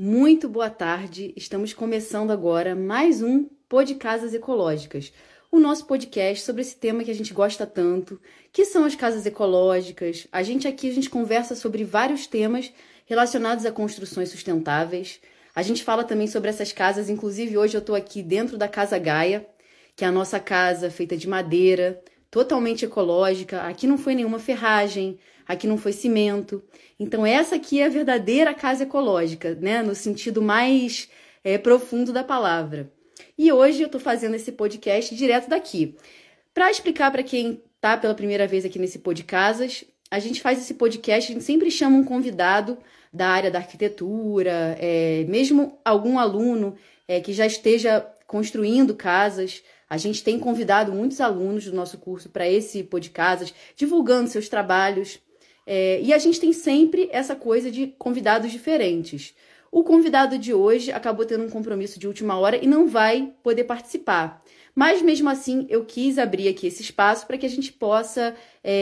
Muito boa tarde, estamos começando agora mais um Pod Casas Ecológicas, o nosso podcast sobre esse tema que a gente gosta tanto, que são as casas ecológicas. A gente conversa sobre vários temas relacionados a construções sustentáveis. A gente fala também sobre essas casas, inclusive hoje eu estou aqui dentro da Casa Gaia, que é a nossa casa feita de madeira, totalmente ecológica. Aqui não foi nenhuma ferragem, aqui não foi cimento. Então essa aqui é a verdadeira casa ecológica, né? No sentido mais profundo da palavra. E hoje eu estou fazendo esse podcast direto daqui. Para explicar para quem está pela primeira vez aqui nesse Pod Casas, a gente faz esse podcast, a gente sempre chama um convidado da área da arquitetura, mesmo algum aluno que já esteja construindo casas. A gente tem convidado muitos alunos do nosso curso para esse Pod Casas, divulgando seus trabalhos. E a gente tem sempre essa coisa de convidados diferentes. O convidado de hoje acabou tendo um compromisso de última hora e não vai poder participar. Mas, mesmo assim, eu quis abrir aqui esse espaço para que a gente possa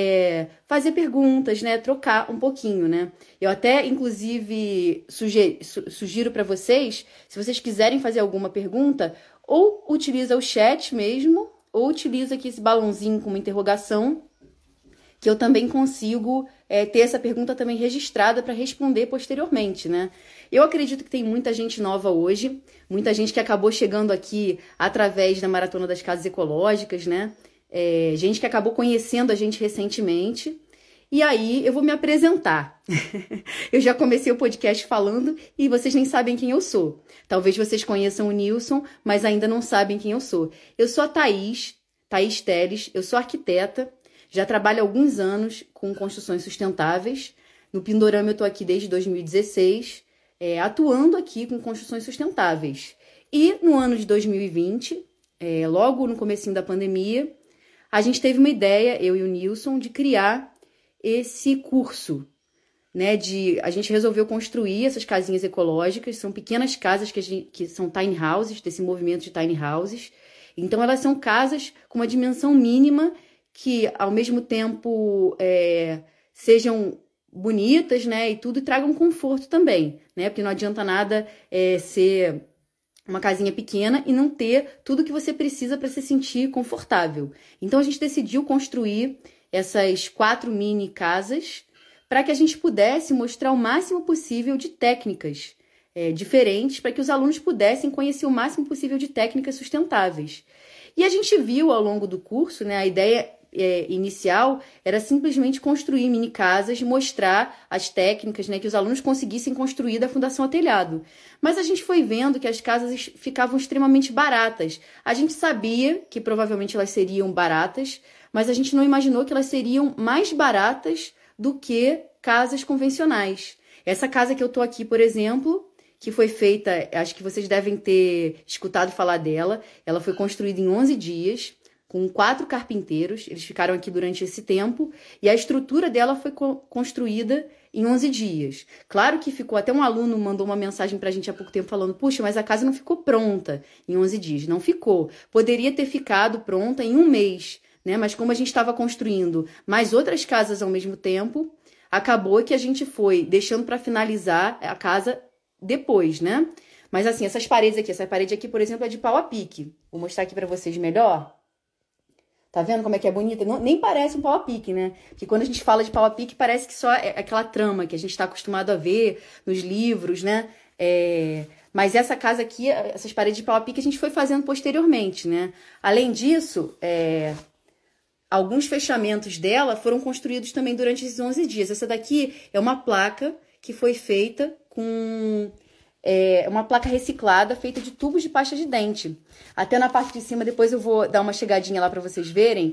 fazer perguntas, né? Trocar um pouquinho, né? Eu até, inclusive, sugiro para vocês, se vocês quiserem fazer alguma pergunta, ou utiliza o chat mesmo, ou utiliza aqui esse balãozinho com uma interrogação, que eu também consigo ter essa pergunta também registrada para responder posteriormente, né? Eu acredito que tem muita gente nova hoje, muita gente que acabou chegando aqui através da Maratona das Casas Ecológicas, né? Gente que acabou conhecendo a gente recentemente. E aí eu vou me apresentar. Eu já comecei o podcast falando e vocês nem sabem quem eu sou. Talvez vocês conheçam o Nilson, mas ainda não sabem quem eu sou. Eu sou a Thaís Teles, eu sou arquiteta, já trabalho há alguns anos com construções sustentáveis. No Pindorama eu estou aqui desde 2016, atuando aqui com construções sustentáveis. E no ano de 2020, logo no comecinho da pandemia, a gente teve uma ideia, eu e o Nilson, de criar esse curso, né? A gente resolveu construir essas casinhas ecológicas, são pequenas casas que são tiny houses, desse movimento de tiny houses. Então elas são casas com uma dimensão mínima que, ao mesmo tempo, sejam bonitas, né? E tudo, e tragam conforto também, né? Porque não adianta nada ser uma casinha pequena e não ter tudo que você precisa para se sentir confortável. Então a gente decidiu construir essas 4 mini casas para que a gente pudesse mostrar o máximo possível de técnicas diferentes, para que os alunos pudessem conhecer o máximo possível de técnicas sustentáveis. E a gente viu ao longo do curso, né, a ideia inicial era simplesmente construir mini casas, mostrar as técnicas, né, que os alunos conseguissem construir da fundação ao telhado. Mas a gente foi vendo que as casas ficavam extremamente baratas. A gente sabia que provavelmente elas seriam baratas, mas a gente não imaginou que elas seriam mais baratas do que casas convencionais. Essa casa que eu tô aqui, por exemplo, que foi feita, acho que vocês devem ter escutado falar dela, ela foi construída em 11 dias, com 4 carpinteiros, eles ficaram aqui durante esse tempo, e a estrutura dela foi construída em 11 dias. Claro que ficou, até um aluno mandou uma mensagem pra gente há pouco tempo falando, puxa, mas a casa não ficou pronta em 11 dias. Não ficou. Poderia ter ficado pronta em 1 mês, né? Mas como a gente estava construindo mais outras casas ao mesmo tempo, acabou que a gente foi deixando para finalizar a casa depois, né? Mas assim, essa parede aqui, por exemplo, é de pau a pique. Vou mostrar aqui para vocês melhor. Tá vendo como é que é bonita? Nem parece um pau a pique, né? Porque quando a gente fala de pau a pique, parece que só é aquela trama que a gente está acostumado a ver nos livros, né? Mas essa casa aqui, essas paredes de pau a pique, a gente foi fazendo posteriormente, né? Além disso, alguns fechamentos dela foram construídos também durante esses 11 dias. Essa daqui é uma placa que foi feita com uma placa reciclada feita de tubos de pasta de dente. Até na parte de cima, depois eu vou dar uma chegadinha lá para vocês verem.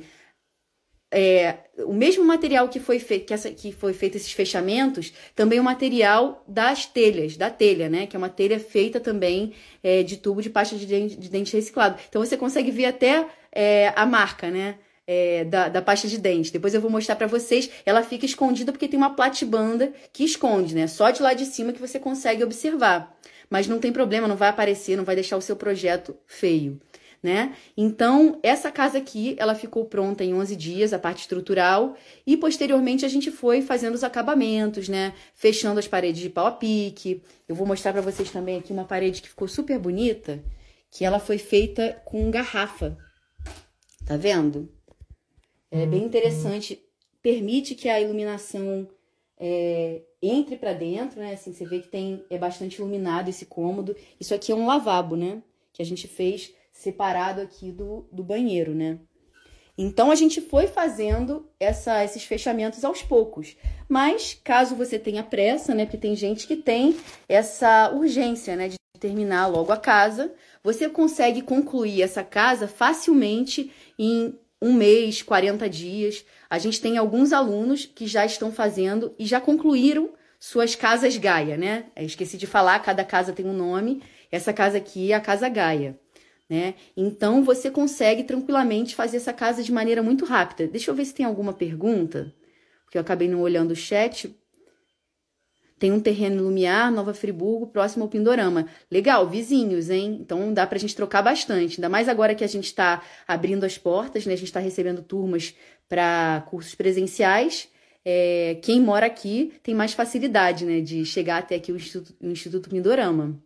O mesmo material que foi feito esses fechamentos, também o material das telhas, da telha, né? Que é uma telha feita também de tubo de pasta de dente reciclado. Então você consegue ver até a marca, né? Da pasta de dente. Depois eu vou mostrar pra vocês. Ela fica escondida porque tem uma platibanda que esconde, né? Só de lá de cima que você consegue observar. Mas não tem problema, não vai aparecer, não vai deixar o seu projeto feio, né? Então, essa casa aqui, ela ficou pronta em 11 dias, a parte estrutural, e posteriormente a gente foi fazendo os acabamentos, né? Fechando as paredes de pau a pique. Eu vou mostrar para vocês também aqui uma parede que ficou super bonita, que ela foi feita com garrafa. Tá vendo? É bem interessante, permite que a iluminação entre para dentro, né? Assim, você vê que é bastante iluminado esse cômodo. Isso aqui é um lavabo, né? Que a gente fez separado aqui do banheiro, né? Então, a gente foi fazendo esses fechamentos aos poucos. Mas, caso você tenha pressa, né? Porque tem gente que tem essa urgência, né? De terminar logo a casa, você consegue concluir essa casa facilmente em 1 mês, 40 dias. A gente tem alguns alunos que já estão fazendo e já concluíram suas casas Gaia, né? Eu esqueci de falar, cada casa tem um nome. Essa casa aqui é a Casa Gaia, né? Então, você consegue tranquilamente fazer essa casa de maneira muito rápida. Deixa eu ver se tem alguma pergunta, porque eu acabei não olhando o chat. Tem um terreno em Lumiar, Nova Friburgo, próximo ao Pindorama. Legal, vizinhos, hein? Então dá pra gente trocar bastante. Ainda mais agora que a gente tá abrindo as portas, né? A gente tá recebendo turmas para cursos presenciais. Quem mora aqui tem mais facilidade, né? De chegar até aqui o Instituto Pindorama.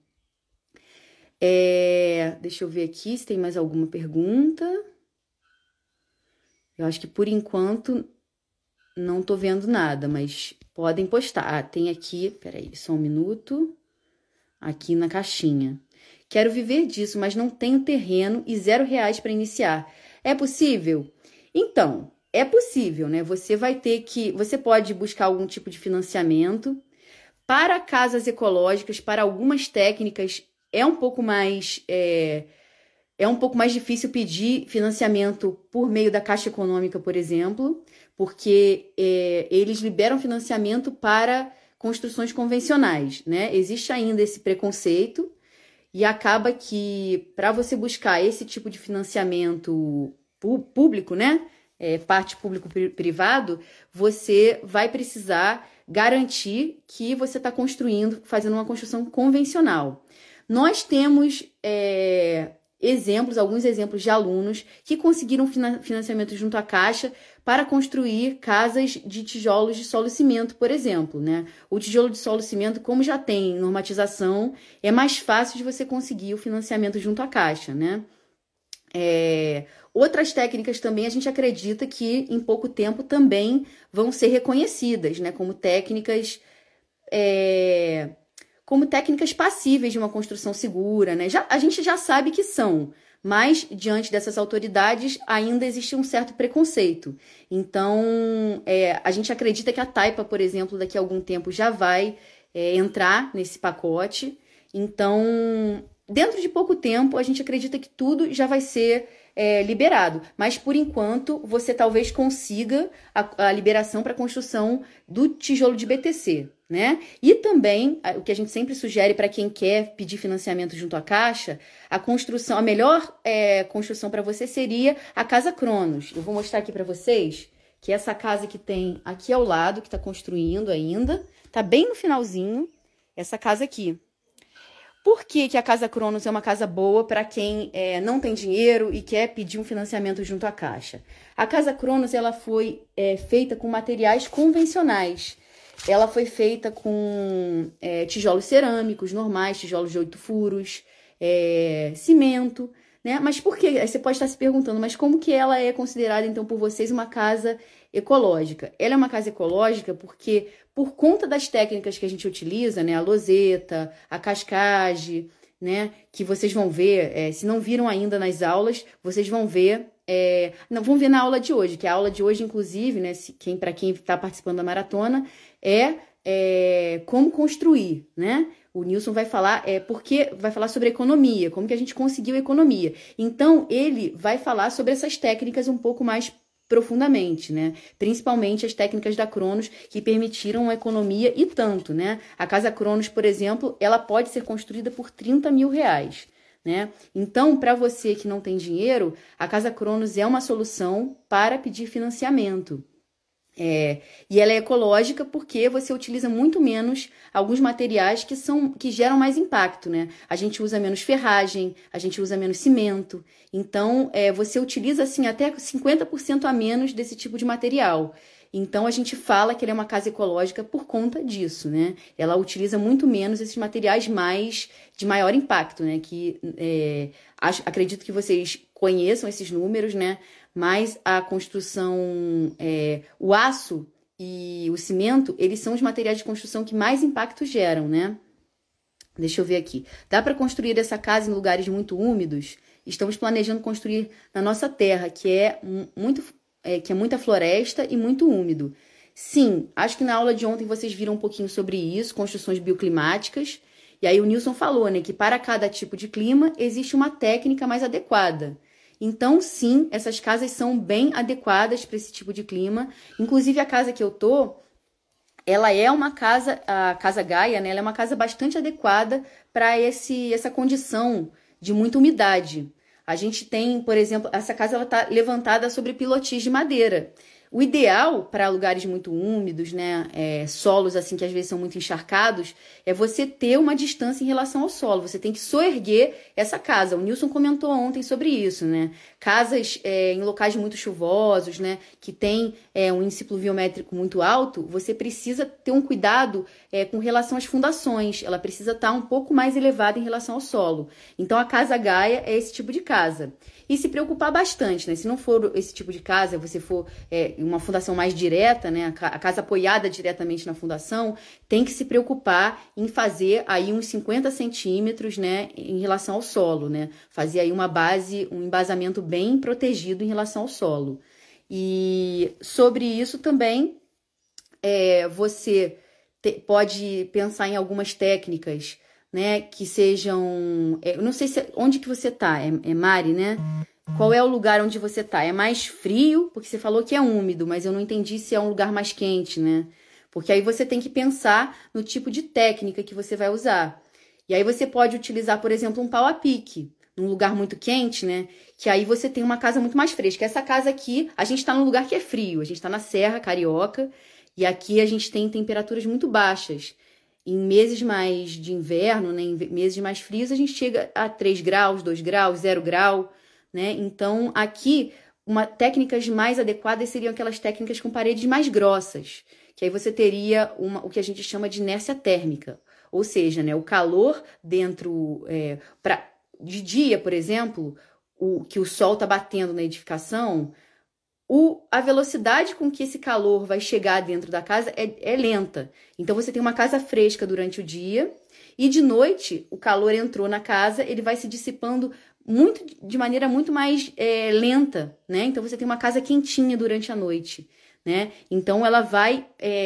Deixa eu ver aqui se tem mais alguma pergunta. Eu acho que por enquanto não tô vendo nada, mas podem postar. Tem aqui, peraí, só um minuto. Aqui na caixinha. Quero viver disso, mas não tenho terreno e R$0 para iniciar. É possível? Então, é possível, né? Você pode buscar algum tipo de financiamento. Para casas ecológicas, para algumas técnicas, é um pouco mais difícil pedir financiamento por meio da Caixa Econômica, por exemplo, porque eles liberam financiamento para construções convencionais, né? Existe ainda esse preconceito e acaba que, para você buscar esse tipo de financiamento público, né? Parte público-privado, você vai precisar garantir que você está fazendo uma construção convencional. Nós temos alguns exemplos de alunos que conseguiram financiamento junto à Caixa para construir casas de tijolos de solo e cimento, por exemplo, né? O tijolo de solo e cimento, como já tem normatização, é mais fácil de você conseguir o financiamento junto à Caixa, né? Outras técnicas também a gente acredita que em pouco tempo também vão ser reconhecidas, né? Como técnicas passíveis de uma construção segura, né? A gente já sabe que são, mas diante dessas autoridades ainda existe um certo preconceito. Então, a gente acredita que a Taipa, por exemplo, daqui a algum tempo já vai entrar nesse pacote. Então, dentro de pouco tempo, a gente acredita que tudo já vai ser liberado. Mas, por enquanto, você talvez consiga a liberação para a construção do tijolo de BTC, né? E também, o que a gente sempre sugere para quem quer pedir financiamento junto à Caixa, a melhor construção para você seria a Casa Cronos. Eu vou mostrar aqui para vocês que essa casa que tem aqui ao lado, que está construindo ainda, tá bem no finalzinho, essa casa aqui. Por que a Casa Cronos é uma casa boa para quem não tem dinheiro e quer pedir um financiamento junto à Caixa? A Casa Cronos, ela foi feita com materiais convencionais. Ela foi feita com tijolos cerâmicos normais, tijolos de 8 furos, cimento, né? Mas por quê? Aí você pode estar se perguntando, mas como que ela é considerada, então, por vocês uma casa ecológica? Ela é uma casa ecológica porque, por conta das técnicas que a gente utiliza, né? A loseta, a cascagem, né? Que vocês vão ver, se não viram ainda nas aulas, vocês vão ver... não, vão ver na aula de hoje, que a aula de hoje, inclusive, né? Para quem está participando da maratona, como construir, né? O Nilson vai falar, porque vai falar sobre economia, como que a gente conseguiu economia. Então, ele vai falar sobre essas técnicas um pouco mais profundamente, né? Principalmente as técnicas da Cronos, que permitiram a economia e tanto, né? A Casa Cronos, por exemplo, ela pode ser construída por R$30 mil, né? Então, para você que não tem dinheiro, a Casa Cronos é uma solução para pedir financiamento. E ela é ecológica porque você utiliza muito menos alguns materiais que geram mais impacto, né? A gente usa menos ferragem, a gente usa menos cimento. Então, você utiliza assim até 50% a menos desse tipo de material. Então, a gente fala que ela é uma casa ecológica por conta disso, né? Ela utiliza muito menos esses materiais de maior impacto, né? Acredito que vocês conheçam esses números, né? Mas a construção, o aço e o cimento, eles são os materiais de construção que mais impacto geram, né? Deixa eu ver aqui. Dá para construir essa casa em lugares muito úmidos? Estamos planejando construir na nossa terra, que é muita floresta e muito úmido. Sim, acho que na aula de ontem vocês viram um pouquinho sobre isso, construções bioclimáticas. E aí o Nilson falou, né, que para cada tipo de clima existe uma técnica mais adequada. Então, sim, essas casas são bem adequadas para esse tipo de clima. Inclusive, a casa que eu tô, ela é uma casa, a Casa Gaia, né? Ela é uma casa bastante adequada para essa condição de muita umidade. A gente tem, por exemplo, essa casa ela está levantada sobre pilotis de madeira. O ideal para lugares muito úmidos, né, solos assim que às vezes são muito encharcados, é você ter uma distância em relação ao solo. Você tem que soerguer essa casa. O Nilson comentou ontem sobre isso, né? Casas em locais muito chuvosos, né, que tem um índice pluviométrico muito alto, você precisa ter um cuidado com relação às fundações. Ela precisa estar um pouco mais elevada em relação ao solo. Então a Casa Gaia é esse tipo de casa. E se preocupar bastante, né? Se não for esse tipo de casa, você for uma fundação mais direta, né? A casa apoiada diretamente na fundação, tem que se preocupar em fazer aí uns 50 centímetros, né? Em relação ao solo, né? Fazer aí uma base, um embasamento bem protegido em relação ao solo. E sobre isso também, você pode pensar em algumas técnicas, né, que sejam... eu não sei onde que você tá, Mari, né? Qual é o lugar onde você tá? É mais frio? Porque você falou que é úmido, mas eu não entendi se é um lugar mais quente, né? Porque aí você tem que pensar no tipo de técnica que você vai usar. E aí você pode utilizar, por exemplo, um pau a pique, num lugar muito quente, né? Que aí você tem uma casa muito mais fresca. Essa casa aqui, a gente tá num lugar que é frio, a gente tá na Serra Carioca, e aqui a gente tem temperaturas muito baixas. Em meses mais de inverno, né, em meses mais frios, a gente chega a 3 graus, 2 graus, 0 grau, né? Então, aqui, técnicas mais adequadas seriam aquelas técnicas com paredes mais grossas, que aí você teria o que a gente chama de inércia térmica. Ou seja, né, o calor dentro... de dia, por exemplo, que o sol está batendo na edificação... a velocidade com que esse calor vai chegar dentro da casa é lenta. Então, você tem uma casa fresca durante o dia e de noite o calor entrou na casa, ele vai se dissipando de maneira muito mais lenta, né? Então, você tem uma casa quentinha durante a noite, né? Então, ela vai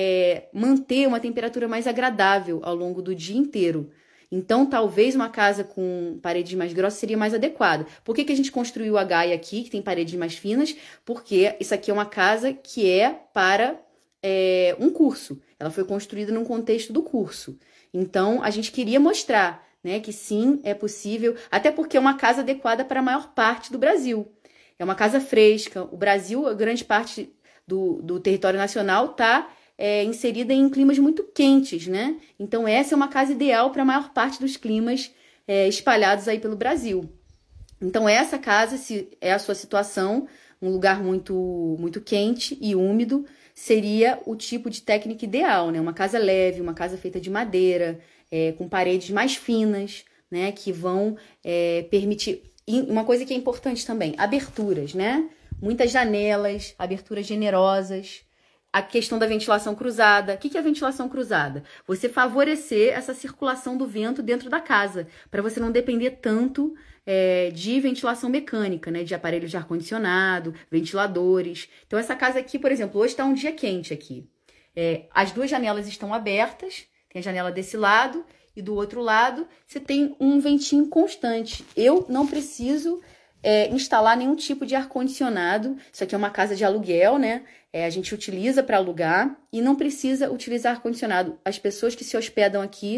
manter uma temperatura mais agradável ao longo do dia inteiro. Então, talvez uma casa com paredes mais grossas seria mais adequada. Por que a gente construiu a Gaia aqui, que tem paredes mais finas? Porque isso aqui é uma casa que é para um curso. Ela foi construída num contexto do curso. Então, a gente queria mostrar, né, que sim, é possível, até porque é uma casa adequada para a maior parte do Brasil. É uma casa fresca. O Brasil, a grande parte do território nacional está... inserida em climas muito quentes, né? Então, essa é uma casa ideal para a maior parte dos climas espalhados aí pelo Brasil. Então, essa casa, se é a sua situação, um lugar muito, muito quente e úmido, seria o tipo de técnica ideal, né? Uma casa leve, uma casa feita de madeira, com paredes mais finas, né? Que vão permitir... E uma coisa que é importante também, aberturas, né? Muitas janelas, aberturas generosas... A questão da ventilação cruzada. O que é a ventilação cruzada? Você favorecer essa circulação do vento dentro da casa, para você não depender tanto de ventilação mecânica, né? De aparelhos de ar-condicionado, ventiladores. Então, essa casa aqui, por exemplo, hoje está um dia quente aqui. As duas janelas estão abertas, tem a janela desse lado e do outro lado você tem um ventinho constante. Eu não preciso... instalar nenhum tipo de ar-condicionado. Isso aqui é uma casa de aluguel, né? A gente utiliza para alugar e não precisa utilizar ar-condicionado. As pessoas que se hospedam aqui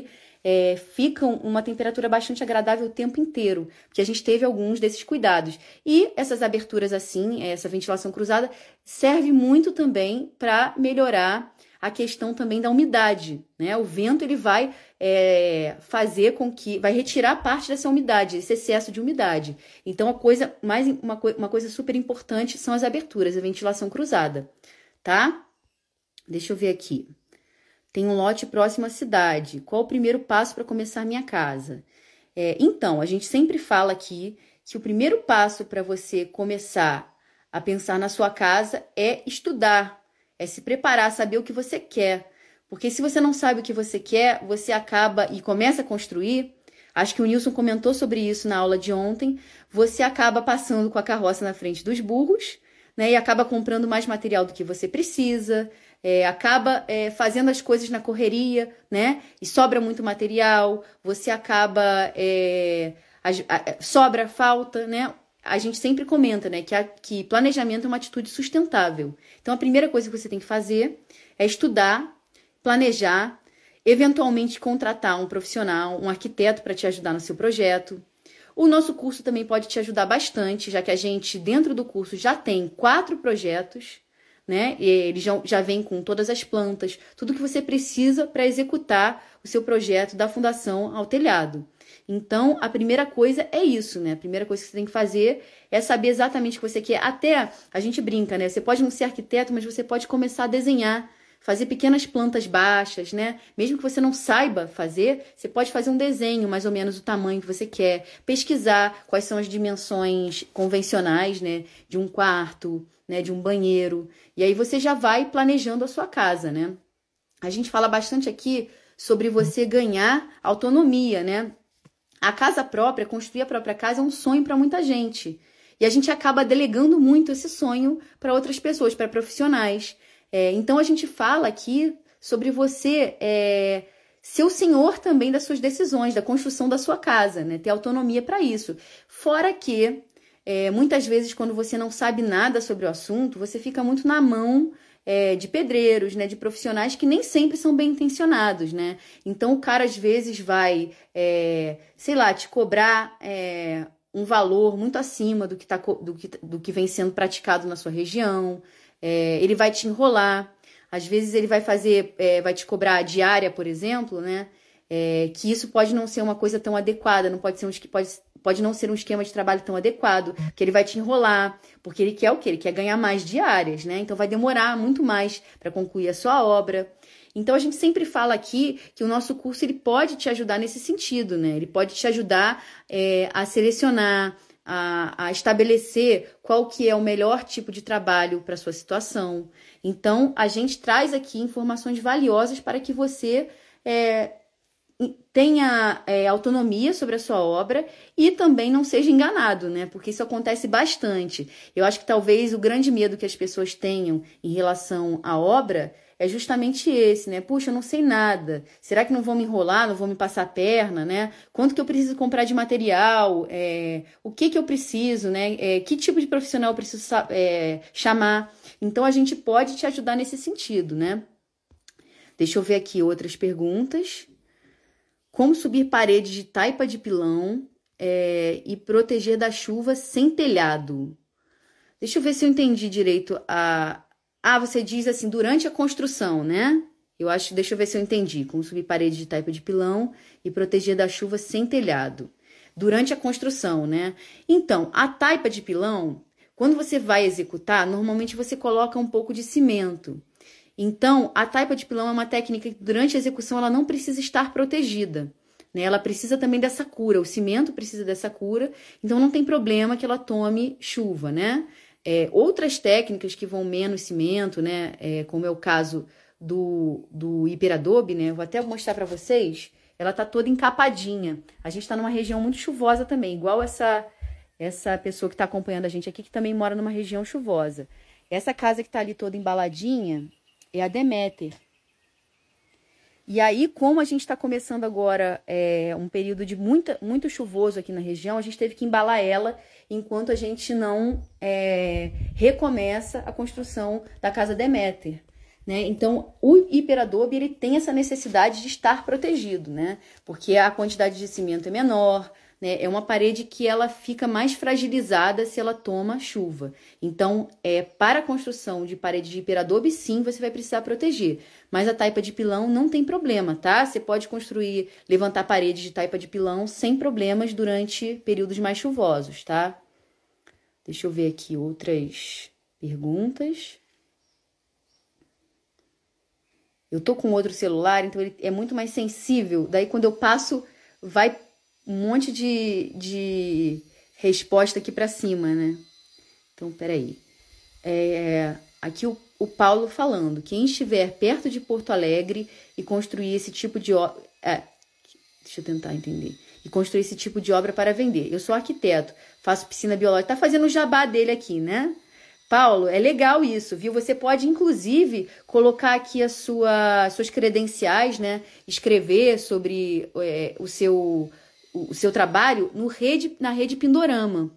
ficam uma temperatura bastante agradável o tempo inteiro, porque a gente teve alguns desses cuidados. E essas aberturas assim, essa ventilação cruzada, serve muito também para melhorar a questão também da umidade, né? O vento ele vai fazer com que vai retirar parte dessa umidade, esse excesso de umidade. Então uma coisa super importante são as aberturas, a ventilação cruzada, tá? Deixa eu ver aqui. Tem um lote próximo à cidade. Qual o primeiro passo para começar minha casa? Então, a gente sempre fala aqui que o primeiro passo para você começar a pensar na sua casa é estudar, é se preparar, saber o que você quer. Porque se você não sabe o que você quer, você acaba e começa a construir. Acho que o Nilson comentou sobre isso na aula de ontem. Você acaba passando com a carroça na frente dos burros, né? E acaba comprando mais material do que você precisa. Acaba fazendo as coisas na correria, né? E sobra muito material. Você acaba... sobra, falta, né? A gente sempre comenta, né, que planejamento é uma atitude sustentável. Então, a primeira coisa que você tem que fazer é estudar, planejar, eventualmente contratar um profissional, um arquiteto para te ajudar no seu projeto. O nosso curso também pode te ajudar bastante, já que a gente, dentro do curso, já tem 4 projetos, né? E ele já vem com todas as plantas, tudo que você precisa para executar o seu projeto da fundação ao telhado. Então, a primeira coisa é isso, né? A primeira coisa que você tem que fazer é saber exatamente o que você quer. Até a gente brinca, né? Você pode não ser arquiteto, mas você pode começar a desenhar, fazer pequenas plantas baixas, né? Mesmo que você não saiba fazer, você pode fazer um desenho, mais ou menos do tamanho que você quer. Pesquisar quais são as dimensões convencionais, né? De um quarto, né? De um banheiro. E aí você já vai planejando a sua casa, né? A gente fala bastante aqui sobre você ganhar autonomia, né? A casa própria, construir a própria casa é um sonho para muita gente. E a gente acaba delegando muito esse sonho para outras pessoas, para profissionais. Então, a gente fala aqui sobre você ser o senhor também das suas decisões, da construção da sua casa, né? Ter autonomia para isso. Fora que, muitas vezes, quando você não sabe nada sobre o assunto, você fica muito na mão de pedreiros, né, de profissionais que nem sempre são bem intencionados, né? Então, o cara, às vezes, vai, sei lá, te cobrar um valor muito acima do que vem sendo praticado na sua região. Ele vai te enrolar. Às vezes, ele vai vai te cobrar a diária, por exemplo, né? Que isso pode não ser uma coisa tão adequada, não pode ser pode não ser um esquema de trabalho tão adequado, que ele vai te enrolar, porque ele quer o quê? Ele quer ganhar mais diárias, né? Então vai demorar muito mais para concluir a sua obra. Então a gente sempre fala aqui que o nosso curso ele pode te ajudar nesse sentido, né? Ele pode te ajudar a selecionar, a estabelecer qual que é o melhor tipo de trabalho para a sua situação. Então a gente traz aqui informações valiosas para que você tenha autonomia sobre a sua obra e também não seja enganado, né? Porque isso acontece bastante. Eu acho que talvez o grande medo que as pessoas tenham em relação à obra é justamente esse, né? Puxa, eu não sei nada. Será que não vão me enrolar, não vão me passar a perna, né? Quanto que eu preciso comprar de material? O que eu preciso, né? Que tipo de profissional eu preciso chamar? Então, a gente pode te ajudar nesse sentido, né? Deixa eu ver aqui outras perguntas. Como subir paredes de taipa de pilão e proteger da chuva sem telhado? Deixa eu ver se eu entendi direito você diz assim, durante a construção, né? Deixa eu ver se eu entendi. Como subir paredes de taipa de pilão e proteger da chuva sem telhado. Durante a construção, né? Então, a taipa de pilão, quando você vai executar, normalmente você coloca um pouco de cimento. Então, a taipa de pilão é uma técnica que durante a execução ela não precisa estar protegida, né? Ela precisa também dessa cura, o cimento precisa dessa cura, então não tem problema que ela tome chuva, né? Outras técnicas que vão menos cimento, né? Como é o caso do hiperadobe, né? Eu vou até mostrar para vocês, ela tá toda encapadinha. A gente está numa região muito chuvosa também, igual essa pessoa que está acompanhando a gente aqui, que também mora numa região chuvosa. Essa casa que tá ali toda embaladinha é a Deméter. E aí, como a gente está começando agora um período de muito chuvoso aqui na região, a gente teve que embalar ela enquanto a gente não recomeça a construção da casa Deméter, né? Então, o hiperadobe, ele tem essa necessidade de estar protegido, né? Porque a quantidade de cimento é menor, né? É uma parede que ela fica mais fragilizada se ela toma chuva. Então, para a construção de parede de hiperadobe, sim, você vai precisar proteger. Mas a taipa de pilão não tem problema, tá? Você pode construir, levantar paredes de taipa de pilão sem problemas durante períodos mais chuvosos, tá? Deixa eu ver aqui outras perguntas. Eu tô com outro celular, então ele é muito mais sensível. Daí, quando eu passo, vai um monte de resposta aqui para cima, né? Então, peraí. Aqui o Paulo falando. Quem estiver perto de Porto Alegre e construir esse tipo de obra... deixa eu tentar entender. E construir esse tipo de obra para vender. Eu sou arquiteto, faço piscina biológica. Tá fazendo o jabá dele aqui, né? Paulo, é legal isso, viu? Você pode, inclusive, colocar aqui suas credenciais, né? Escrever sobre o seu trabalho na rede Pindorama,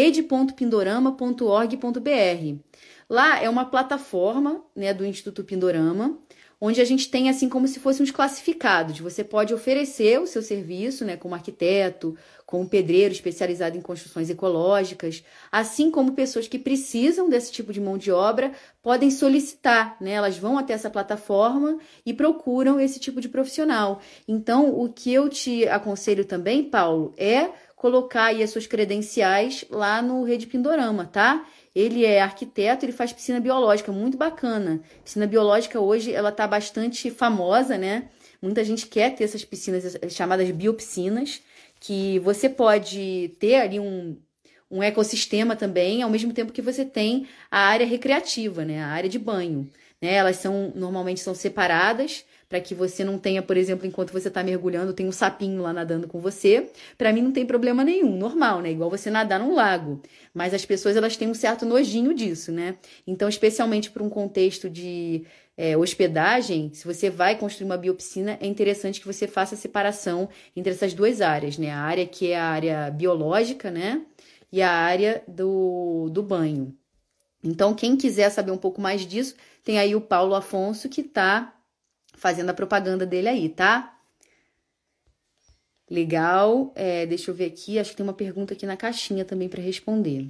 rede.pindorama.org.br. Lá é uma plataforma, né, do Instituto Pindorama, onde a gente tem assim como se fossem uns classificados. Você pode oferecer o seu serviço, né, como arquiteto, como pedreiro especializado em construções ecológicas, assim como pessoas que precisam desse tipo de mão de obra podem solicitar, né? Elas vão até essa plataforma e procuram esse tipo de profissional. Então, o que eu te aconselho também, Paulo, é colocar aí as suas credenciais lá no Rede Pindorama, tá? Ele é arquiteto, ele faz piscina biológica, muito bacana. Piscina biológica hoje, ela tá bastante famosa, né? Muita gente quer ter essas piscinas chamadas biopiscinas, que você pode ter ali um ecossistema também, ao mesmo tempo que você tem a área recreativa, né? A área de banho, né? Elas normalmente são separadas, para que você não tenha, por exemplo, enquanto você está mergulhando, tem um sapinho lá nadando com você. Para mim não tem problema nenhum, normal, né? Igual você nadar num lago. Mas as pessoas, elas têm um certo nojinho disso, né? Então, especialmente para um contexto de hospedagem, se você vai construir uma biopiscina, é interessante que você faça a separação entre essas duas áreas, né? A área que é a área biológica, né? E a área do banho. Então, quem quiser saber um pouco mais disso, tem aí o Paulo Afonso, que está fazendo a propaganda dele aí, tá? Legal. Deixa eu ver aqui. Acho que tem uma pergunta aqui na caixinha também para responder.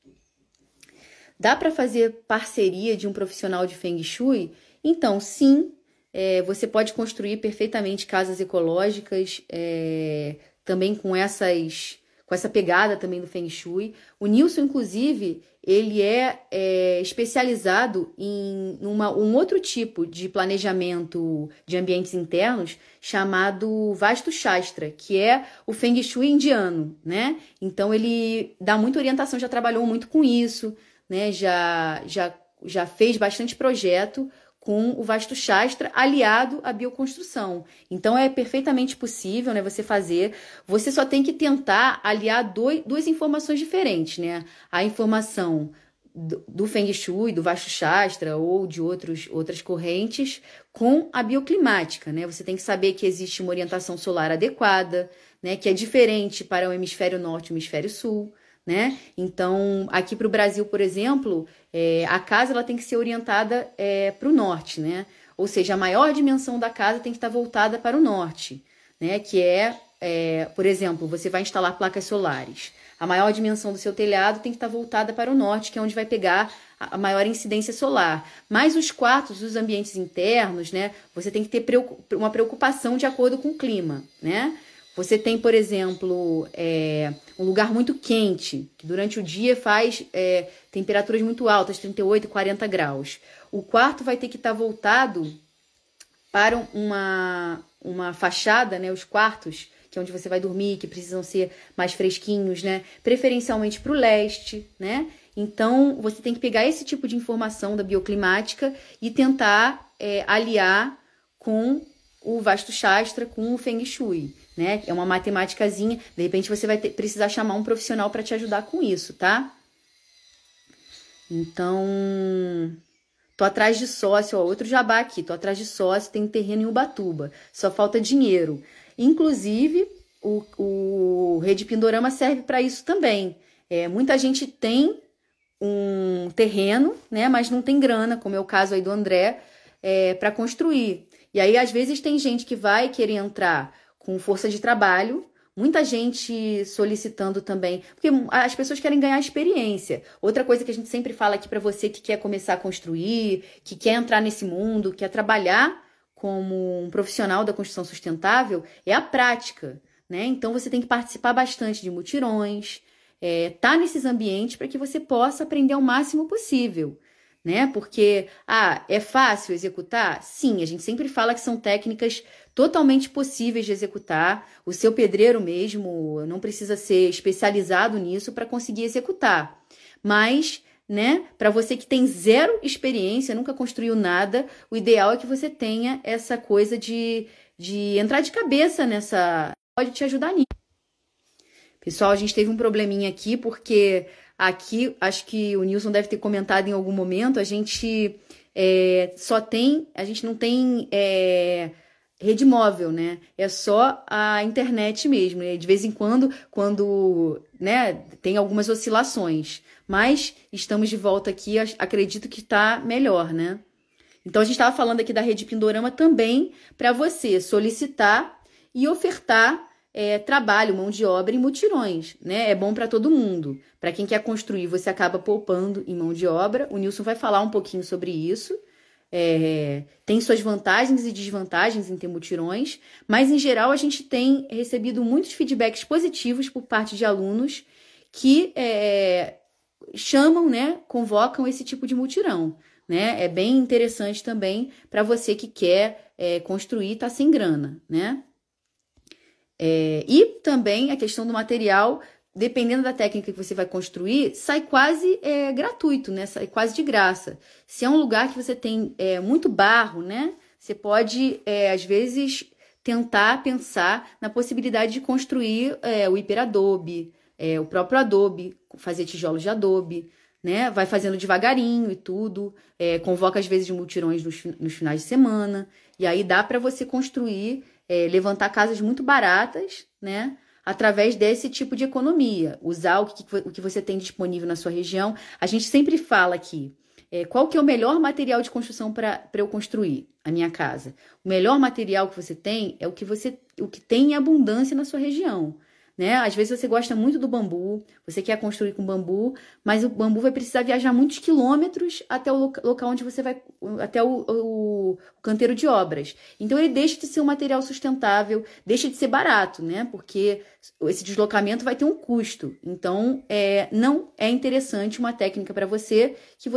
Dá para fazer parceria de um profissional de Feng Shui? Então, sim. Você pode construir perfeitamente casas ecológicas, também com essa pegada também do Feng Shui. O Nilson, inclusive, ele é especializado em um outro tipo de planejamento de ambientes internos chamado Vastu Shastra, que é o Feng Shui indiano, né? Então, ele dá muita orientação, já trabalhou muito com isso, né? Já fez bastante projeto com o Vastu Shastra aliado à bioconstrução. Então, é perfeitamente possível, né, você fazer. Você só tem que tentar aliar duas informações diferentes, né? A informação do Feng Shui, do Vastu Shastra ou de outras correntes com a bioclimática, né? Você tem que saber que existe uma orientação solar adequada, né, que é diferente para o hemisfério norte e o hemisfério sul, né? Então, aqui para o Brasil, por exemplo, a casa ela tem que ser orientada para o norte, né? Ou seja, a maior dimensão da casa tem que estar voltada para o norte, né? Que por exemplo, você vai instalar placas solares. A maior dimensão do seu telhado tem que estar voltada para o norte, que é onde vai pegar a maior incidência solar. Mas os quartos, os ambientes internos, né? Você tem que ter uma preocupação de acordo com o clima, né? Você tem, por exemplo, um lugar muito quente, que durante o dia faz temperaturas muito altas, 38, 40 graus. O quarto vai ter que estar voltado para uma fachada, né? Os quartos, que é onde você vai dormir, que precisam ser mais fresquinhos, né? Preferencialmente para o leste, né? Então, você tem que pegar esse tipo de informação da bioclimática e tentar aliar com o Vastu Shastra, com o Feng Shui, né? É uma matemáticazinha. De repente, você vai precisar chamar um profissional para te ajudar com isso, tá? Então, tô atrás de sócio, ó, outro jabá aqui. Tô atrás de sócio, tem terreno em Ubatuba. Só falta dinheiro. Inclusive, o Rede Pindorama serve para isso também. Muita gente tem um terreno, né? Mas não tem grana, como é o caso aí do André. para construir. E aí, às vezes, tem gente que vai querer entrar com força de trabalho, muita gente solicitando também, porque as pessoas querem ganhar experiência. Outra coisa que a gente sempre fala aqui para você que quer começar a construir, que quer entrar nesse mundo, quer trabalhar como um profissional da construção sustentável, é a prática, né? Então você tem que participar bastante de mutirões, tá nesses ambientes para que você possa aprender o máximo possível, né? Porque, é fácil executar? Sim, a gente sempre fala que são técnicas totalmente possíveis de executar. O seu pedreiro mesmo não precisa ser especializado nisso para conseguir executar. Mas, né, para você que tem zero experiência, nunca construiu nada, o ideal é que você tenha essa coisa de entrar de cabeça nessa... Pode te ajudar nisso. Pessoal, a gente teve um probleminha aqui, porque aqui, acho que o Nilson deve ter comentado em algum momento, a gente a gente não tem rede móvel, né? É só a internet mesmo, né? De vez em quando né, tem algumas oscilações, mas estamos de volta aqui, acredito que está melhor, né? Então, a gente estava falando aqui da Rede Pindorama também para você solicitar e ofertar trabalho, mão de obra em mutirões, né? É bom para todo mundo. Para quem quer construir, você acaba poupando em mão de obra. O Nilson vai falar um pouquinho sobre isso. Tem suas vantagens e desvantagens em ter mutirões, mas em geral a gente tem recebido muitos feedbacks positivos por parte de alunos que chamam, né? Convocam esse tipo de mutirão, né? É bem interessante também para você que quer construir e tá sem grana, né? E também a questão do material, dependendo da técnica que você vai construir, sai quase gratuito, né? Sai quase de graça. Se é um lugar que você tem muito barro, né? Você pode, às vezes, tentar pensar na possibilidade de construir o hiperadobe, o próprio adobe, fazer tijolos de adobe, né? Vai fazendo devagarinho e tudo, convoca às vezes mutirões nos finais de semana, e aí dá para você construir, levantar casas muito baratas, né? Através desse tipo de economia, usar o que você tem disponível na sua região. A gente sempre fala aqui, qual que é o melhor material de construção para eu construir a minha casa? O melhor material que você tem é o que tem em abundância na sua região, né? Às vezes você gosta muito do bambu, você quer construir com bambu, mas o bambu vai precisar viajar muitos quilômetros até o local onde você vai, até o canteiro de obras. Então ele deixa de ser um material sustentável, deixa de ser barato, né? Porque esse deslocamento vai ter um custo. Então não é interessante uma técnica para você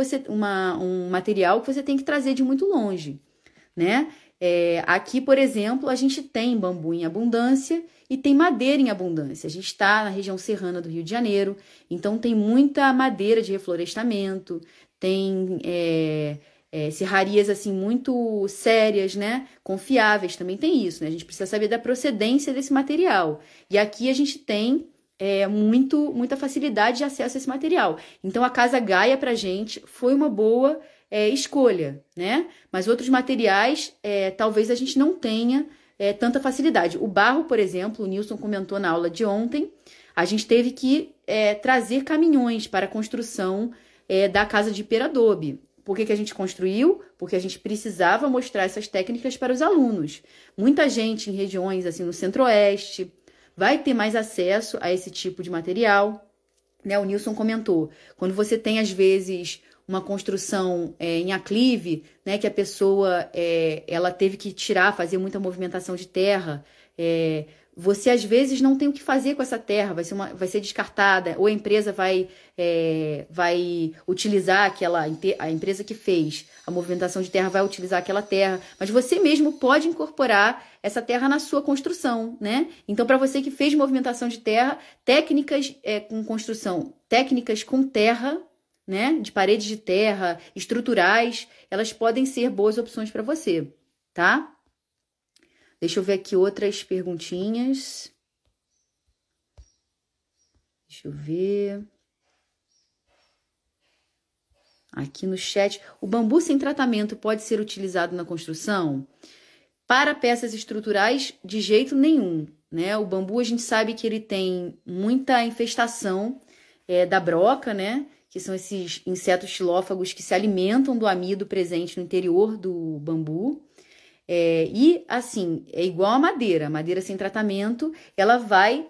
um material que você tem que trazer de muito longe, né? Aqui, por exemplo, a gente tem bambu em abundância e tem madeira em abundância. A gente está na região serrana do Rio de Janeiro, então tem muita madeira de reflorestamento, tem serrarias assim muito sérias, né? Confiáveis, também tem isso, né? A gente precisa saber da procedência desse material. E aqui a gente tem muita facilidade de acesso a esse material. Então a Casa Gaia pra gente foi uma boa escolha, né? Mas outros materiais talvez a gente não tenha tanta facilidade. O barro, por exemplo, o Nilson comentou na aula de ontem, a gente teve que trazer caminhões para a construção da casa de hiperadobe. Por que a gente construiu? Porque a gente precisava mostrar essas técnicas para os alunos. Muita gente em regiões assim no centro-oeste vai ter mais acesso a esse tipo de material, né? O Nilson comentou, quando você tem às vezes uma construção em aclive, né, que a pessoa ela teve que fazer muita movimentação de terra, você às vezes não tem o que fazer com essa terra, vai ser descartada, ou a empresa vai utilizar a empresa que fez a movimentação de terra vai utilizar aquela terra, mas você mesmo pode incorporar essa terra na sua construção, né? Então, para você que fez movimentação de terra, técnicas com construção, técnicas com terra, né, de paredes de terra, estruturais, elas podem ser boas opções para você, tá? Deixa eu ver aqui outras perguntinhas. Deixa eu ver. Aqui no chat, o bambu sem tratamento pode ser utilizado na construção? Para peças estruturais, de jeito nenhum, né? O bambu, a gente sabe que ele tem muita infestação da broca, né? que são esses insetos xilófagos que se alimentam do amido presente no interior do bambu. E assim, é igual a madeira sem tratamento, ela vai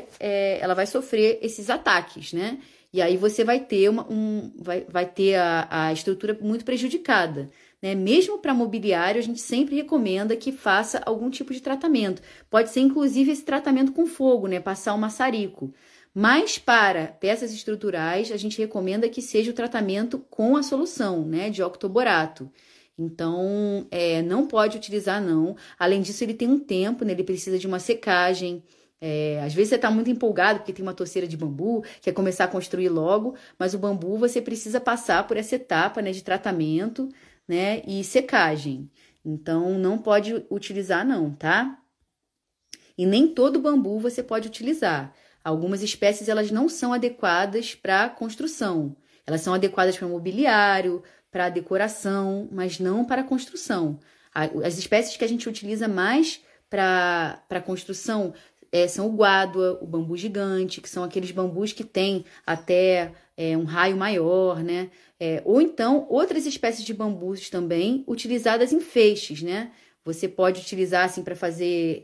sofrer esses ataques, né? E aí você vai ter vai ter a estrutura muito prejudicada, né? Mesmo para mobiliário, a gente sempre recomenda que faça algum tipo de tratamento. Pode ser inclusive esse tratamento com fogo, né? Passar um maçarico. Mas para peças estruturais, a gente recomenda que seja o tratamento com a solução, né? De octoborato. Então, não pode utilizar, não. Além disso, ele tem um tempo, né? Ele precisa de uma secagem. Às vezes você está muito empolgado porque tem uma torceira de bambu, quer começar a construir logo, mas o bambu você precisa passar por essa etapa, né, de tratamento, né, e secagem. Então, não pode utilizar, não, tá? E nem todo bambu você pode utilizar. Algumas espécies, elas não são adequadas para construção. Elas são adequadas para mobiliário, para decoração, mas não para construção. As espécies que a gente utiliza mais para construção são o guádua, o bambu gigante, que são aqueles bambus que têm até um raio maior, né? Ou então, outras espécies de bambus também utilizadas em feixes, né? Você pode utilizar assim para fazer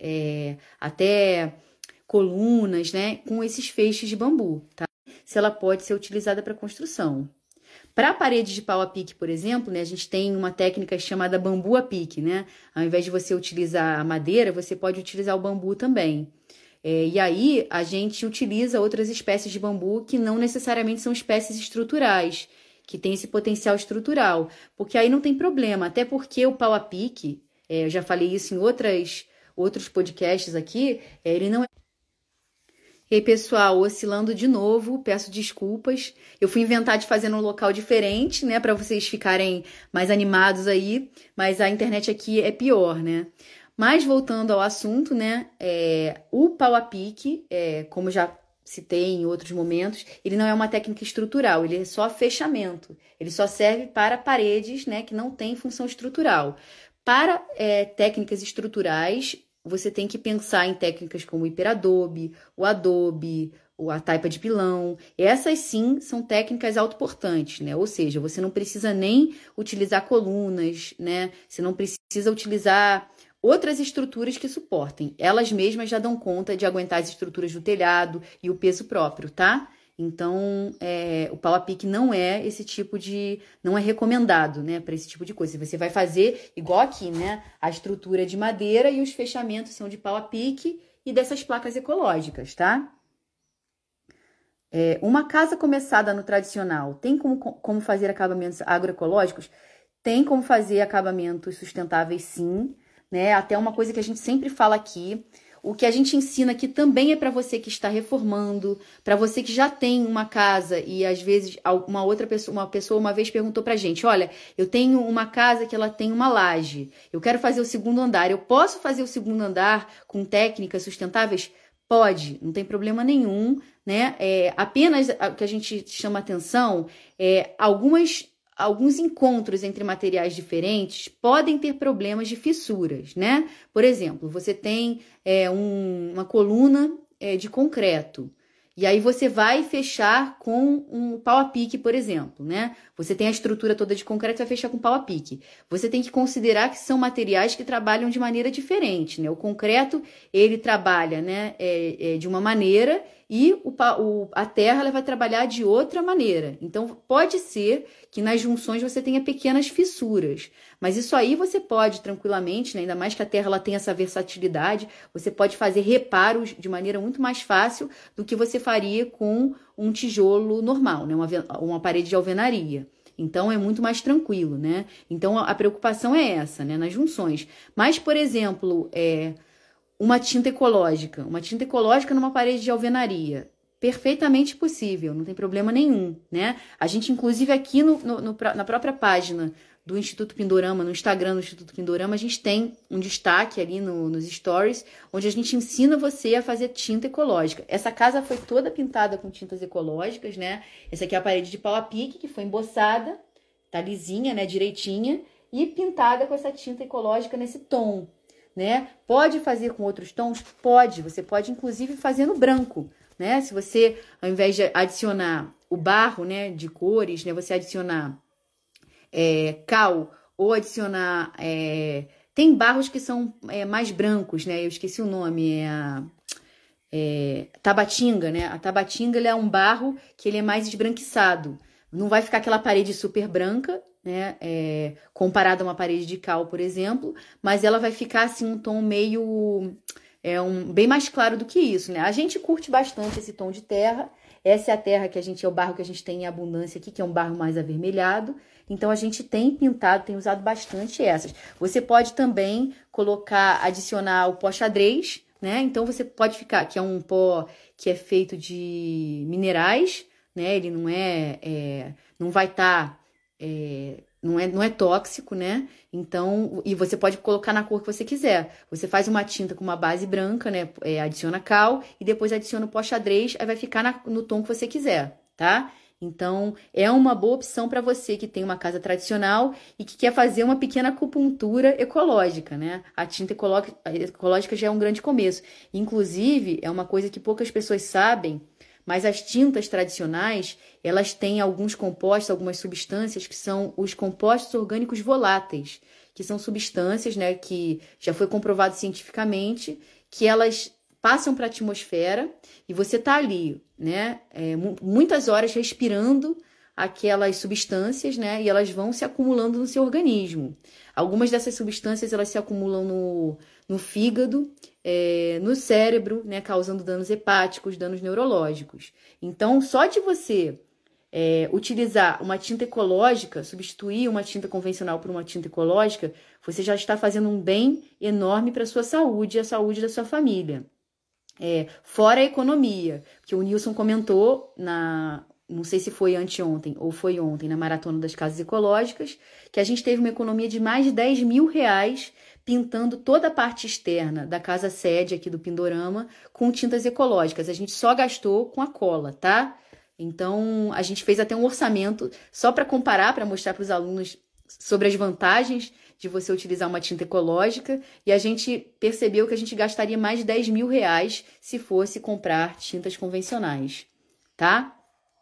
até colunas, né? Com esses feixes de bambu, tá? Se ela pode ser utilizada para construção. Para paredes de pau a pique, por exemplo, né, a gente tem uma técnica chamada bambu a pique, né? Ao invés de você utilizar a madeira, você pode utilizar o bambu também. E aí a gente utiliza outras espécies de bambu que não necessariamente são espécies estruturais, que têm esse potencial estrutural, porque aí não tem problema, até porque o pau a pique, eu já falei isso em outros podcasts aqui, ele não é... E aí, pessoal, oscilando de novo, peço desculpas. Eu fui inventar de fazer num local diferente, né, para vocês ficarem mais animados aí, mas a internet aqui é pior, né? Mas voltando ao assunto, né, o pau a pique, como já citei em outros momentos, ele não é uma técnica estrutural, ele é só fechamento. Ele só serve para paredes, né, que não têm função estrutural. Para técnicas estruturais, você tem que pensar em técnicas como o hiperadobe, o adobe, a taipa de pilão. Essas sim são técnicas autoportantes, né? Ou seja, você não precisa nem utilizar colunas, né? Você não precisa utilizar outras estruturas que suportem. Elas mesmas já dão conta de aguentar as estruturas do telhado e o peso próprio, tá? Então, o pau a pique não é esse tipo de... não é recomendado, né, para esse tipo de coisa. Você vai fazer igual aqui, né? A estrutura é de madeira e os fechamentos são de pau a pique e dessas placas ecológicas, tá? Uma casa começada no tradicional tem como fazer acabamentos agroecológicos? Tem como fazer acabamentos sustentáveis, sim, né? Até uma coisa que a gente sempre fala aqui... O que a gente ensina aqui também é para você que está reformando, para você que já tem uma casa e às vezes uma pessoa uma vez perguntou pra gente, olha, eu tenho uma casa que ela tem uma laje, eu quero fazer o segundo andar, eu posso fazer o segundo andar com técnicas sustentáveis? Pode, não tem problema nenhum, né? Apenas o que a gente chama atenção alguns encontros entre materiais diferentes podem ter problemas de fissuras, né? Por exemplo, você tem uma coluna de concreto, e aí você vai fechar com um pau a pique, por exemplo, né? Você tem a estrutura toda de concreto, vai fechar com pau a pique. Você tem que considerar que são materiais que trabalham de maneira diferente, né? O concreto, ele trabalha, né, de uma maneira e a terra ela vai trabalhar de outra maneira. Então, pode ser que nas junções você tenha pequenas fissuras, mas isso aí você pode tranquilamente, né, ainda mais que a terra ela tem essa versatilidade, você pode fazer reparos de maneira muito mais fácil do que você faria com um tijolo normal, né, uma parede de alvenaria. Então, é muito mais tranquilo, né? Então, a preocupação é essa, né, nas junções. Mas, por exemplo, uma tinta ecológica numa parede de alvenaria, perfeitamente possível, não tem problema nenhum, né? A gente, inclusive, aqui na própria página do Instituto Pindorama, no Instagram do Instituto Pindorama, a gente tem um destaque ali nos stories, onde a gente ensina você a fazer tinta ecológica. Essa casa foi toda pintada com tintas ecológicas, né? Essa aqui é a parede de pau a pique, que foi emboçada, tá lisinha, né, direitinha, e pintada com essa tinta ecológica nesse tom, né? Pode fazer com outros tons? Pode. Você pode, inclusive, fazer no branco, né? Se você, ao invés de adicionar o barro, né, de cores, né, você adicionar cal ou adicionar... tem barros que são mais brancos, né? Eu esqueci o nome, tabatinga, né? A tabatinga, ele é um barro que ele é mais esbranquiçado. Não vai ficar aquela parede super branca, né? Comparada a uma parede de cal, por exemplo, mas ela vai ficar assim um tom meio... bem mais claro do que isso, né? A gente curte bastante esse tom de terra. Essa é a terra que é o barro que a gente tem em abundância aqui, que é um barro mais avermelhado. Então, a gente tem pintado, tem usado bastante essas. Você pode também adicionar o pó xadrez, né? Então, você pode ficar, que é um pó que é feito de minerais, né? Ele não vai estar, não é tóxico, né? Então, e você pode colocar na cor que você quiser. Você faz uma tinta com uma base branca, né? Adiciona cal e depois adiciona o pó xadrez, aí vai ficar no tom que você quiser, tá? Então, é uma boa opção para você que tem uma casa tradicional e que quer fazer uma pequena acupuntura ecológica, né? A tinta ecológica já é um grande começo. Inclusive, é uma coisa que poucas pessoas sabem, mas as tintas tradicionais, elas têm alguns compostos, algumas substâncias que são os compostos orgânicos voláteis, que são substâncias, né, que já foi comprovado cientificamente, que elas passam para a atmosfera e você está ali, né, muitas horas respirando aquelas substâncias, né, e elas vão se acumulando no seu organismo. Algumas dessas substâncias, elas se acumulam no fígado, no cérebro, né, causando danos hepáticos, danos neurológicos. Então, só de você utilizar uma tinta ecológica, substituir uma tinta convencional por uma tinta ecológica, você já está fazendo um bem enorme para a sua saúde e a saúde da sua família. Fora a economia, que o Nilson comentou não sei se foi anteontem ou foi ontem, na Maratona das Casas Ecológicas, que a gente teve uma economia de mais de 10 mil reais pintando toda a parte externa da casa sede aqui do Pindorama com tintas ecológicas. A gente só gastou com a cola, tá? Então, a gente fez até um orçamento só para comparar, para mostrar para os alunos sobre as vantagens de você utilizar uma tinta ecológica, e a gente percebeu que a gente gastaria mais de 10 mil reais se fosse comprar tintas convencionais, tá?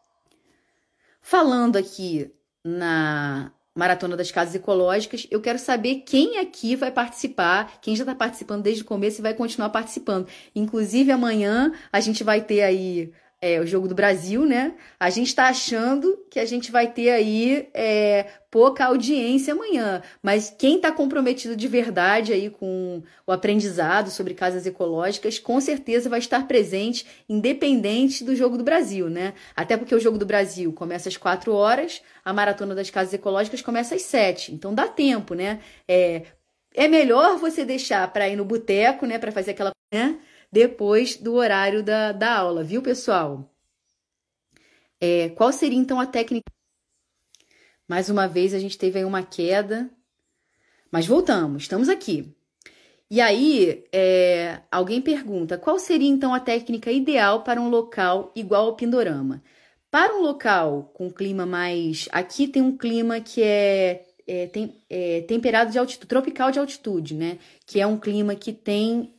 Falando aqui na Maratona das Casas Ecológicas, eu quero saber quem aqui vai participar, quem já está participando desde o começo e vai continuar participando. Inclusive, amanhã a gente vai ter aí o Jogo do Brasil, né? A gente está achando que a gente vai ter aí pouca audiência amanhã, mas quem está comprometido de verdade aí com o aprendizado sobre casas ecológicas, com certeza vai estar presente, independente do Jogo do Brasil, né? Até porque o Jogo do Brasil começa às 4 horas, a Maratona das Casas Ecológicas começa às 7, então dá tempo, né? É melhor você deixar para ir no boteco, né? Para fazer aquela... né? Depois do horário da aula, viu, pessoal? Qual seria, então, a técnica? Mais uma vez, a gente teve aí uma queda, mas voltamos, estamos aqui. E aí, alguém pergunta, qual seria, então, a técnica ideal para um local igual ao Pindorama? Para um local com clima mais... Aqui tem um clima que temperado de altitude, tropical de altitude, né? Que é um clima que tem...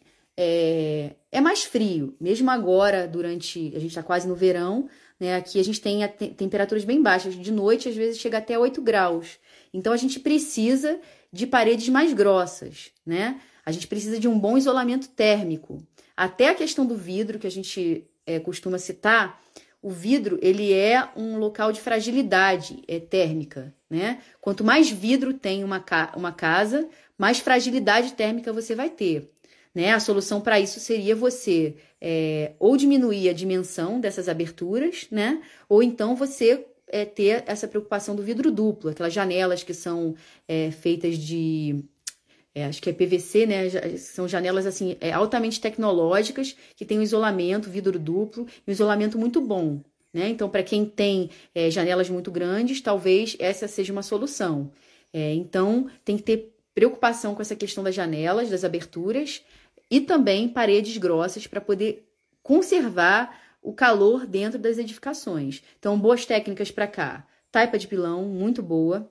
É mais frio, mesmo agora, a gente está quase no verão, né? Aqui a gente tem temperaturas bem baixas, de noite às vezes chega até 8 graus. Então a gente precisa de paredes mais grossas, né? A gente precisa de um bom isolamento térmico. Até a questão do vidro, que a gente costuma citar, o vidro ele é um local de fragilidade térmica, né? Quanto mais vidro tem uma casa, mais fragilidade térmica você vai ter. Né? A solução para isso seria você ou diminuir a dimensão dessas aberturas, né? Ou então você ter essa preocupação do vidro duplo, aquelas janelas que são feitas de, acho que é PVC, né? São janelas assim altamente tecnológicas, que tem um isolamento, vidro duplo, e um isolamento muito bom. Né? Então, para quem tem janelas muito grandes, talvez essa seja uma solução. Então, tem que ter preocupação com essa questão das janelas, das aberturas, e também paredes grossas para poder conservar o calor dentro das edificações. Então, boas técnicas para cá. Taipa de pilão, muito boa.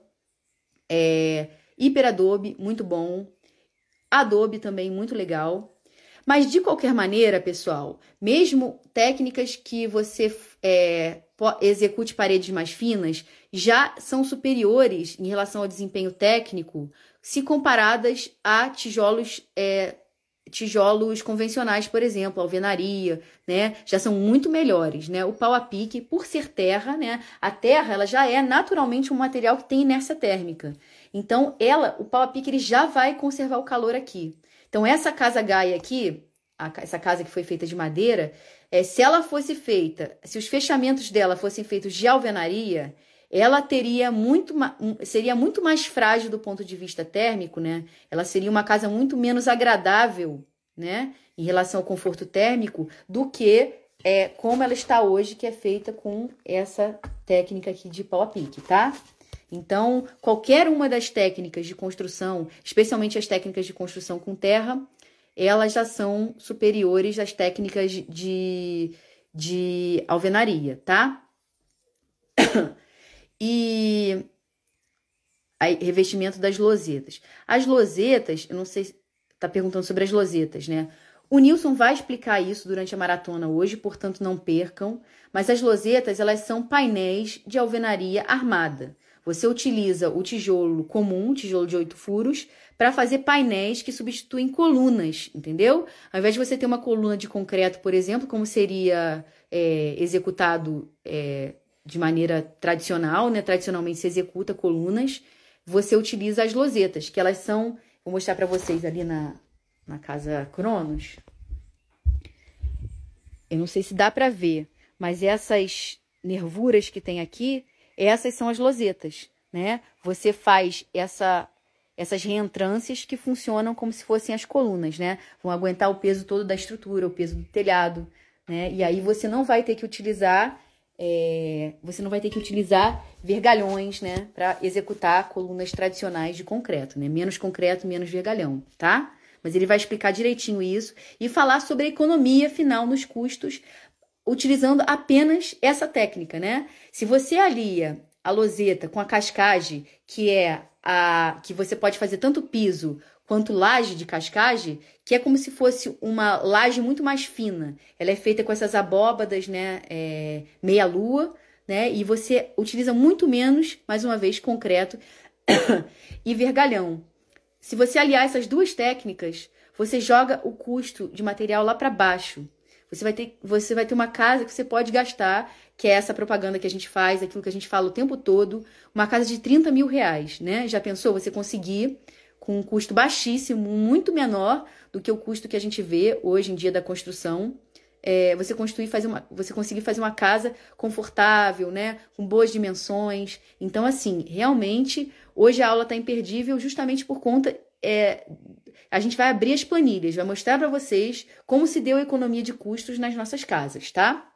Hiperadobe, muito bom. Adobe também, muito legal. Mas, de qualquer maneira, pessoal, mesmo técnicas que você execute paredes mais finas já são superiores em relação ao desempenho técnico se comparadas a tijolos convencionais, por exemplo, alvenaria, né? Já são muito melhores, né? O pau a pique, por ser terra, né? A terra, ela já é naturalmente um material que tem inércia térmica. Então, o pau a pique, ele já vai conservar o calor aqui. Então, essa casa Gaia aqui, essa casa que foi feita de madeira, se ela fosse feita, se os fechamentos dela fossem feitos de alvenaria, ela seria muito mais frágil do ponto de vista térmico, né? Ela seria uma casa muito menos agradável, né? Em relação ao conforto térmico, do que como ela está hoje, que é feita com essa técnica aqui de pau a pique, tá? Então, qualquer uma das técnicas de construção, especialmente as técnicas de construção com terra, elas já são superiores às técnicas de alvenaria, tá? E aí, revestimento das losetas. As losetas, eu não sei se tá perguntando sobre as losetas, né? O Nilson vai explicar isso durante a maratona hoje, portanto não percam. Mas as losetas, elas são painéis de alvenaria armada. Você utiliza o tijolo comum, tijolo de 8 furos, para fazer painéis que substituem colunas, entendeu? Ao invés de você ter uma coluna de concreto, por exemplo, como seria executado de maneira tradicional, né? Tradicionalmente se executa colunas, você utiliza as losetas, que elas são... Vou mostrar para vocês ali na Casa Cronos. Eu não sei se dá para ver, mas essas nervuras que tem aqui, essas são as losetas, né? Você faz essas reentrâncias que funcionam como se fossem as colunas, né? Vão aguentar o peso todo da estrutura, o peso do telhado, né? E aí você não vai ter que utilizar vergalhões, né? Para executar colunas tradicionais de concreto, né? Menos concreto, menos vergalhão, tá? Mas ele vai explicar direitinho isso e falar sobre a economia final nos custos, utilizando apenas essa técnica, né? Se você alia a loseta com a cascagem, que você pode fazer tanto piso quanto laje de cascagem, que é como se fosse uma laje muito mais fina. Ela é feita com essas abóbadas, né? Meia-lua, né? E você utiliza muito menos, mais uma vez, concreto e vergalhão. Se você aliar essas duas técnicas, você joga o custo de material lá para baixo. Você vai ter uma casa que você pode gastar, que é essa propaganda que a gente faz, aquilo que a gente fala o tempo todo, uma casa de 30 mil reais, né? Já pensou você conseguir, com um custo baixíssimo, muito menor do que o custo que a gente vê hoje em dia da construção, você conseguir fazer uma casa confortável, né? Com boas dimensões. Então, assim, realmente, hoje a aula está imperdível justamente por conta... a gente vai abrir as planilhas, vai mostrar para vocês como se deu a economia de custos nas nossas casas, tá?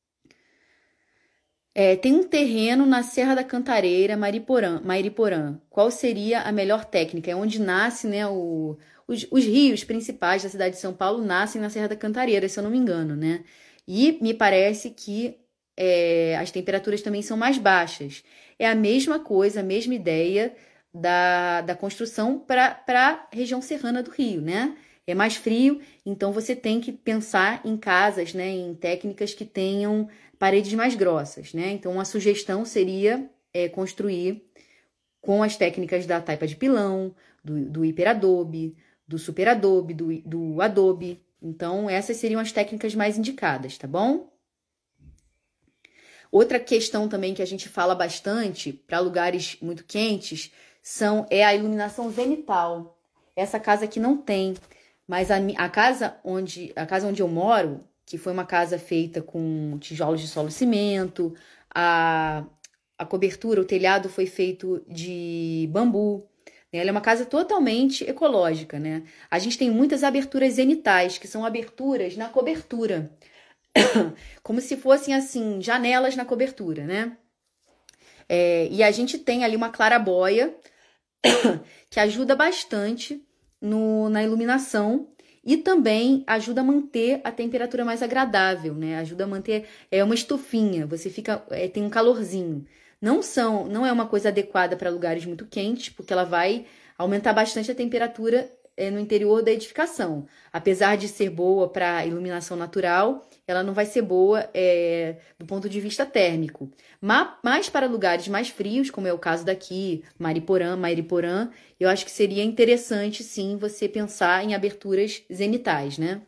Tem um terreno na Serra da Cantareira, Mairiporã. Qual seria a melhor técnica? É onde nasce, né, os rios principais da cidade de São Paulo nascem na Serra da Cantareira, se eu não me engano, né? E me parece que as temperaturas também são mais baixas. É a mesma coisa, a mesma ideia da construção para a região serrana do Rio, né? É mais frio, então você tem que pensar em casas, né, em técnicas que tenham paredes mais grossas, né? Então, uma sugestão seria construir com as técnicas da taipa de pilão, do hiperadobe, do superadobe, do adobe. Então, essas seriam as técnicas mais indicadas, tá bom? Outra questão também que a gente fala bastante para lugares muito quentes é a iluminação zenital. Essa casa aqui não tem, mas a casa onde eu moro, que foi uma casa feita com tijolos de solo cimento, a cobertura, o telhado foi feito de bambu. Ela é uma casa totalmente ecológica, né? A gente tem muitas aberturas zenitais, que são aberturas na cobertura. Como se fossem, assim, janelas na cobertura, né? E a gente tem ali uma claraboia que ajuda bastante na iluminação e também ajuda a manter a temperatura mais agradável, né? Ajuda a manter uma estufinha, você tem um calorzinho. Não é uma coisa adequada para lugares muito quentes, porque ela vai aumentar bastante a temperatura no interior da edificação. Apesar de ser boa para iluminação natural, ela não vai ser boa do ponto de vista térmico. Mas para lugares mais frios, como é o caso daqui, Mairiporã, eu acho que seria interessante, sim, você pensar em aberturas zenitais, né?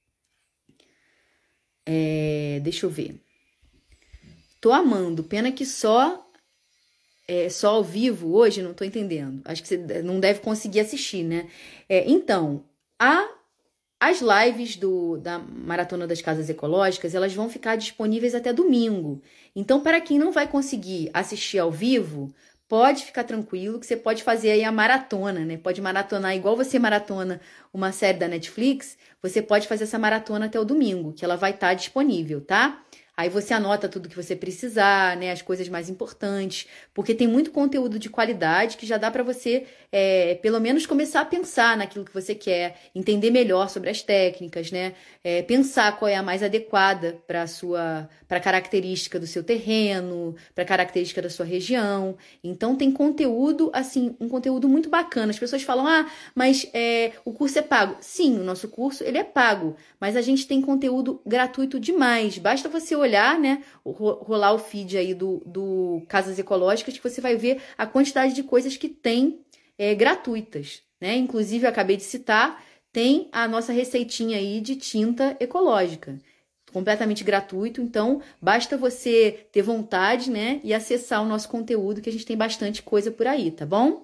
Deixa eu ver. Tô amando. Pena que só ao vivo hoje, não tô entendendo. Acho que você não deve conseguir assistir, né? Então, as lives da Maratona das Casas Ecológicas, elas vão ficar disponíveis até domingo. Então, para quem não vai conseguir assistir ao vivo, pode ficar tranquilo que você pode fazer aí a maratona, né? Pode maratonar igual você maratona uma série da Netflix, você pode fazer essa maratona até o domingo, que ela vai estar disponível, tá? Aí você anota tudo que você precisar, né? As coisas mais importantes, porque tem muito conteúdo de qualidade que já dá para você, pelo menos, começar a pensar naquilo que você quer, entender melhor sobre as técnicas, né? Pensar qual é a mais adequada para a característica do seu terreno, para a característica da sua região. Então tem conteúdo, assim, um conteúdo muito bacana. As pessoas falam, mas o curso é pago. Sim, o nosso curso ele é pago, mas a gente tem conteúdo gratuito demais. Basta você olhar, né, rolar o feed aí do Casas Ecológicas, que você vai ver a quantidade de coisas que tem gratuitas, né? Inclusive, eu acabei de citar, tem a nossa receitinha aí de tinta ecológica, completamente gratuito. Então, basta você ter vontade, né, e acessar o nosso conteúdo, que a gente tem bastante coisa por aí, tá bom?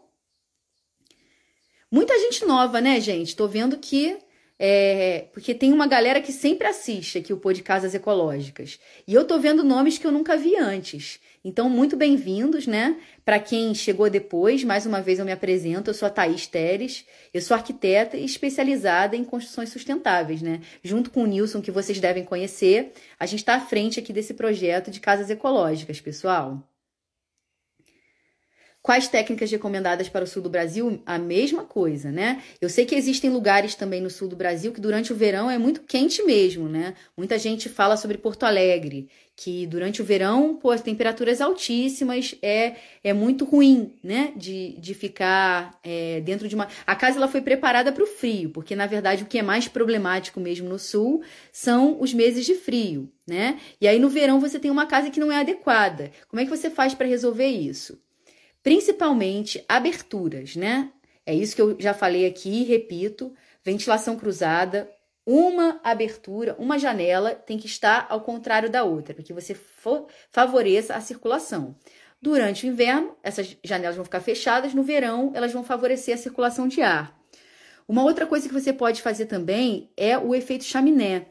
Muita gente nova, né, gente? Tô vendo que porque tem uma galera que sempre assiste aqui o Pô de Casas Ecológicas. E eu tô vendo nomes que eu nunca vi antes. Então, muito bem-vindos, né? Para quem chegou depois, mais uma vez eu me apresento, eu sou a Thaís Teres, eu sou arquiteta e especializada em construções sustentáveis, né? Junto com o Nilson, que vocês devem conhecer, a gente está à frente aqui desse projeto de casas ecológicas, pessoal. Quais técnicas recomendadas para o sul do Brasil? A mesma coisa, né? Eu sei que existem lugares também no sul do Brasil que durante o verão é muito quente mesmo, né? Muita gente fala sobre Porto Alegre, que durante o verão, as temperaturas altíssimas é muito ruim, né? De ficar dentro de uma... A casa ela foi preparada para o frio, porque na verdade o que é mais problemático mesmo no sul são os meses de frio, né? E aí no verão você tem uma casa que não é adequada. Como é que você faz para resolver isso? Principalmente aberturas, né? É isso que eu já falei aqui e repito, ventilação cruzada, uma abertura, uma janela tem que estar ao contrário da outra, para que você favoreça a circulação. Durante o inverno, essas janelas vão ficar fechadas, no verão elas vão favorecer a circulação de ar. Uma outra coisa que você pode fazer também é o efeito chaminé.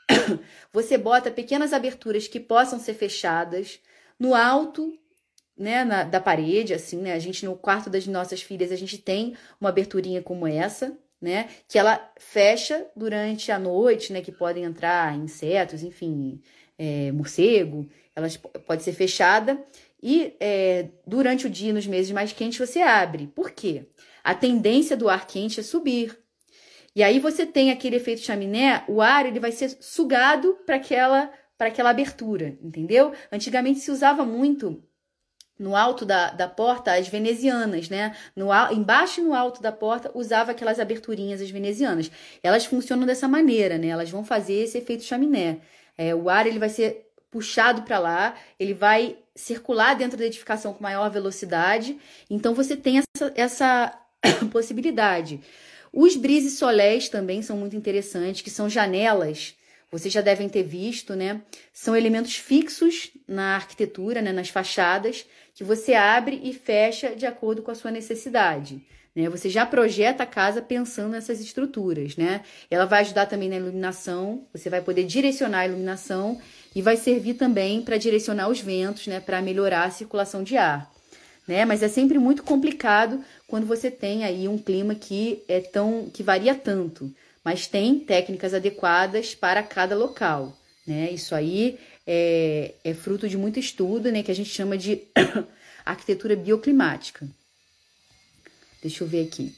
Você bota pequenas aberturas que possam ser fechadas no alto, né, da parede, assim, né? A gente, no quarto das nossas filhas, a gente tem uma aberturinha como essa, né? Que ela fecha durante a noite, né? Que podem entrar insetos, enfim, morcego, pode ser fechada. E durante o dia, nos meses mais quentes, você abre. Por quê? A tendência do ar quente é subir. E aí você tem aquele efeito chaminé, o ar ele vai ser sugado para aquela abertura, entendeu? Antigamente se usava muito no alto da porta, as venezianas, né? Embaixo e no alto da porta, usava aquelas aberturinhas, as venezianas. Elas funcionam dessa maneira, né? Elas vão fazer esse efeito chaminé. O ar ele vai ser puxado para lá, ele vai circular dentro da edificação com maior velocidade. Então, você tem essa possibilidade. Os brises solés também são muito interessantes, que são janelas. Vocês já devem ter visto, né? São elementos fixos na arquitetura, né? Nas fachadas, que você abre e fecha de acordo com a sua necessidade, né? Você já projeta a casa pensando nessas estruturas, né? Ela vai ajudar também na iluminação, você vai poder direcionar a iluminação e vai servir também para direcionar os ventos, né? Para melhorar a circulação de ar, né? Mas é sempre muito complicado quando você tem aí um clima que varia tanto. Mas tem técnicas adequadas para cada local, né? Isso aí é fruto de muito estudo, né? Que a gente chama de arquitetura bioclimática. Deixa eu ver aqui.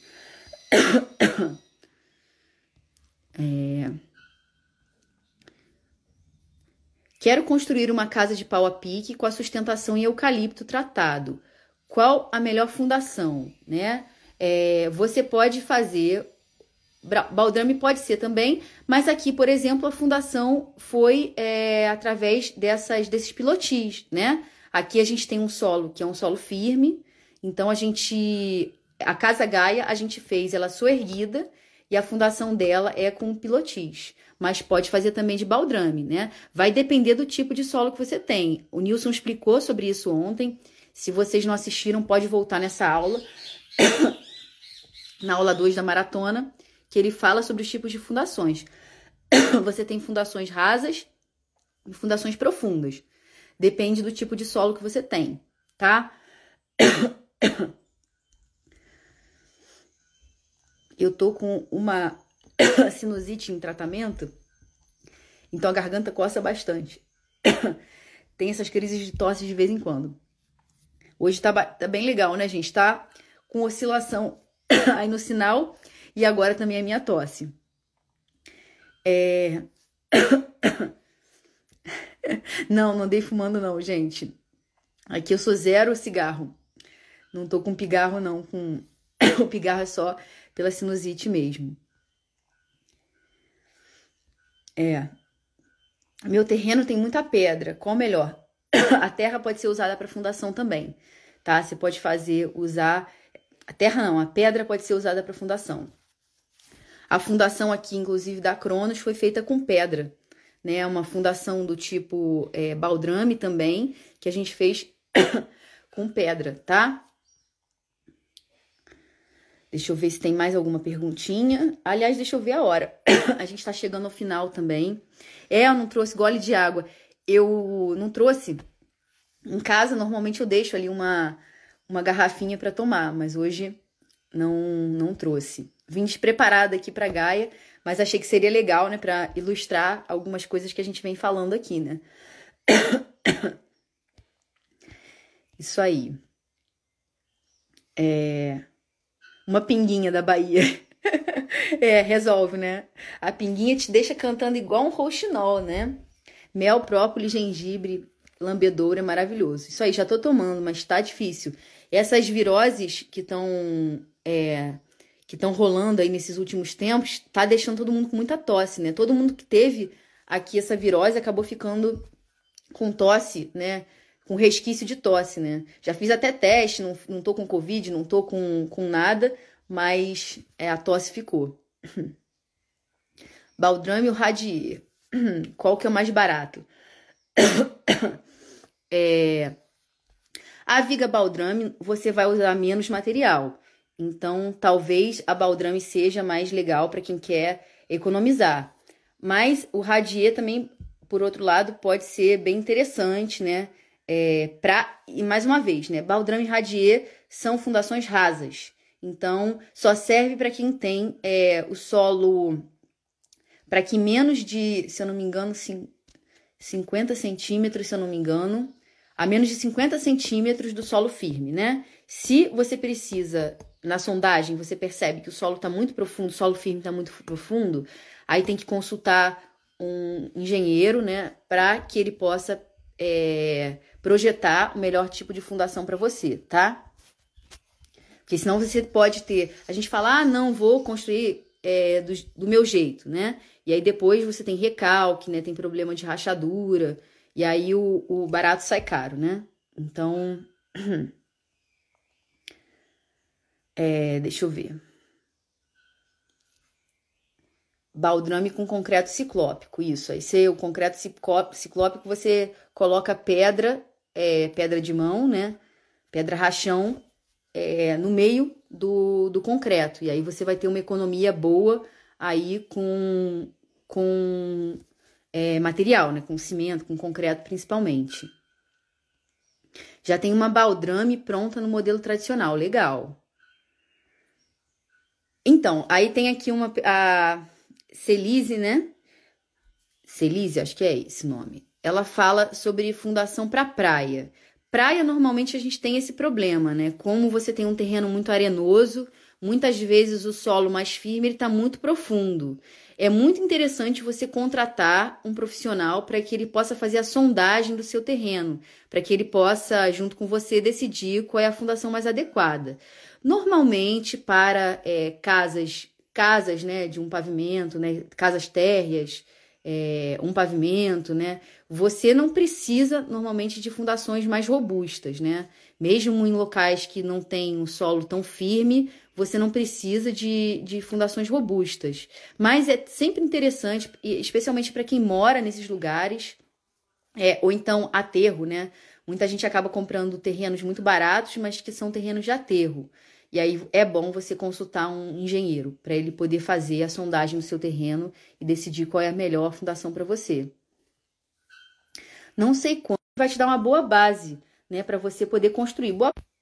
Quero construir uma casa de pau a pique com a sustentação em eucalipto tratado. Qual a melhor fundação, né? Você pode fazer baldrame pode ser também, mas aqui, por exemplo, a fundação foi através desses pilotis, né? Aqui a gente tem um solo que é um solo firme, então a Casa Gaia a gente fez ela soerguida e a fundação dela é com pilotis, mas pode fazer também de baldrame, né? Vai depender do tipo de solo que você tem. O Nilson explicou sobre isso ontem. Se vocês não assistiram, pode voltar nessa aula, na aula 2 da maratona, que ele fala sobre os tipos de fundações. Você tem fundações rasas e fundações profundas. Depende do tipo de solo que você tem, tá? Eu tô com uma sinusite em tratamento, então a garganta coça bastante. Tem essas crises de tosse de vez em quando. Hoje tá bem legal, né, gente? Tá com oscilação aí no sinal e agora também a minha tosse. Não andei fumando não, gente. Aqui eu sou zero cigarro. Não tô com pigarro não, o pigarro é só pela sinusite mesmo. Meu terreno tem muita pedra. Qual melhor? A terra pode ser usada para fundação também, tá? Você pode usar... A terra não, a pedra pode ser usada para fundação. A fundação aqui, inclusive, da Cronos, foi feita com pedra, né? Uma fundação do tipo baldrame também, que a gente fez com pedra, tá? Deixa eu ver se tem mais alguma perguntinha. Aliás, deixa eu ver a hora. A gente tá chegando ao final também. Eu não trouxe gole de água. Eu não trouxe. Em casa, normalmente eu deixo ali uma garrafinha para tomar, mas hoje não trouxe. Vim despreparada aqui pra Gaia, mas achei que seria legal, né, para ilustrar algumas coisas que a gente vem falando aqui, né? Isso aí. Uma pinguinha da Bahia. Resolve, né? A pinguinha te deixa cantando igual um rouxinol, né? Mel, própolis, gengibre, lambedouro é maravilhoso. Isso aí, já tô tomando, mas tá difícil. Essas viroses que estão rolando aí nesses últimos tempos, tá deixando todo mundo com muita tosse, né? Todo mundo que teve aqui essa virose acabou ficando com tosse, né? Com resquício de tosse, né? Já fiz até teste, não tô com Covid, não tô com nada, mas a tosse ficou. Baldrame ou Radier? Qual que é o mais barato? A viga baldrame, você vai usar menos material. Então, talvez a baldrame seja mais legal para quem quer economizar. Mas o Radier também, por outro lado, pode ser bem interessante, né? E mais uma vez, né? Baldrame e Radier são fundações rasas. Então, só serve para quem tem o solo... Para que menos de, se eu não me engano, 50 centímetros, se eu não me engano... A menos de 50 centímetros do solo firme, né? Se você precisa, na sondagem, você percebe que o solo está muito profundo, o solo firme está muito profundo, aí tem que consultar um engenheiro, né? Para que ele possa projetar o melhor tipo de fundação para você, tá? Porque senão você pode ter... A gente fala, não, vou construir do meu jeito, né? E aí depois você tem recalque, né? Tem problema de rachadura... E aí o barato sai caro, né? Então, deixa eu ver. Baldrame com concreto ciclópico, isso. Aí o concreto ciclópico você coloca pedra de mão, né? Pedra rachão no meio do concreto. E aí você vai ter uma economia boa aí com material, né? Com cimento, com concreto principalmente. Já tem uma baldrame pronta no modelo tradicional, legal. Então, aí tem aqui a Celise, né? Celise, acho que é esse nome. Ela fala sobre fundação para praia. Praia, normalmente, a gente tem esse problema, né? Como você tem um terreno muito arenoso, muitas vezes o solo mais firme está muito profundo. É muito interessante você contratar um profissional para que ele possa fazer a sondagem do seu terreno, para que ele possa, junto com você, decidir qual é a fundação mais adequada. Normalmente, para casas casas, né, de um pavimento, né, casas térreas, um pavimento, né, você não precisa normalmente de fundações mais robustas, né, mesmo em locais que não tem um solo tão firme, você não precisa de fundações robustas, mas é sempre interessante, especialmente para quem mora nesses lugares, ou então aterro, né, muita gente acaba comprando terrenos muito baratos, mas que são terrenos de aterro. E aí é bom você consultar um engenheiro para ele poder fazer a sondagem do seu terreno e decidir qual é a melhor fundação para você. Não sei quando vai te dar uma boa base, né, para você poder construir.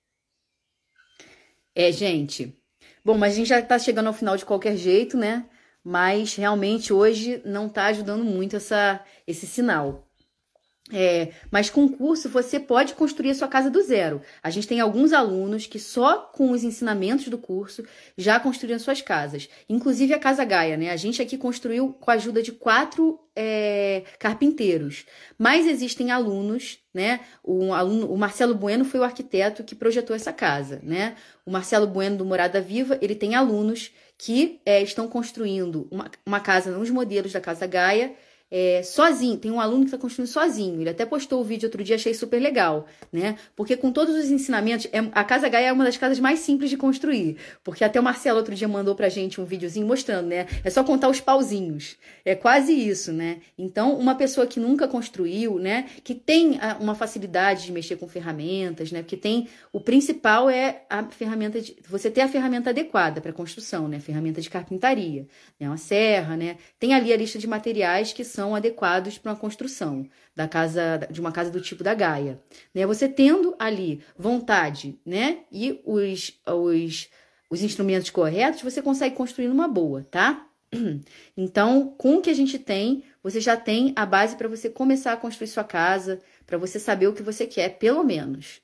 Gente. Bom, mas a gente já tá chegando ao final de qualquer jeito, né? Mas realmente hoje não tá ajudando muito esse sinal. Mas com o curso você pode construir a sua casa do zero. A gente tem alguns alunos que só com os ensinamentos do curso já construíram suas casas. Inclusive a Casa Gaia, né? A gente aqui construiu com a ajuda de 4 carpinteiros. Mas existem alunos, né? O Marcelo Bueno foi o arquiteto que projetou essa casa, né? O Marcelo Bueno do Morada Viva, ele tem alunos que estão construindo uma casa nos modelos da Casa Gaia, sozinho. Tem um aluno que está construindo sozinho. Ele até postou o vídeo outro dia, achei super legal, né? Porque com todos os ensinamentos, a Casa Gaia é uma das casas mais simples de construir. Porque até o Marcelo outro dia mandou pra gente um videozinho mostrando, né? É só contar os pauzinhos. É quase isso, né? Então, uma pessoa que nunca construiu, né? Que tem uma facilidade de mexer com ferramentas, né? Porque o principal é a ferramenta você ter a ferramenta adequada para construção, né? Ferramenta de carpintaria, né? Uma serra, né? Tem ali a lista de materiais que são adequados para uma construção de uma casa do tipo da Gaia, né? Você tendo ali vontade, né? E os instrumentos corretos, você consegue construir numa boa, tá? Então, com o que a gente tem, você já tem a base para você começar a construir sua casa, para você saber o que você quer, pelo menos.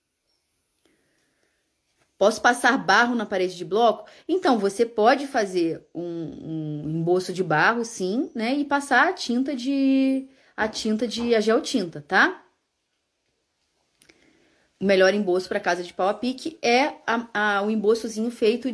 Posso passar barro na parede de bloco? Então, você pode fazer um emboço de barro, sim, né? E passar a geotinta, tá? O melhor emboço para casa de pau a pique é o emboçozinho feito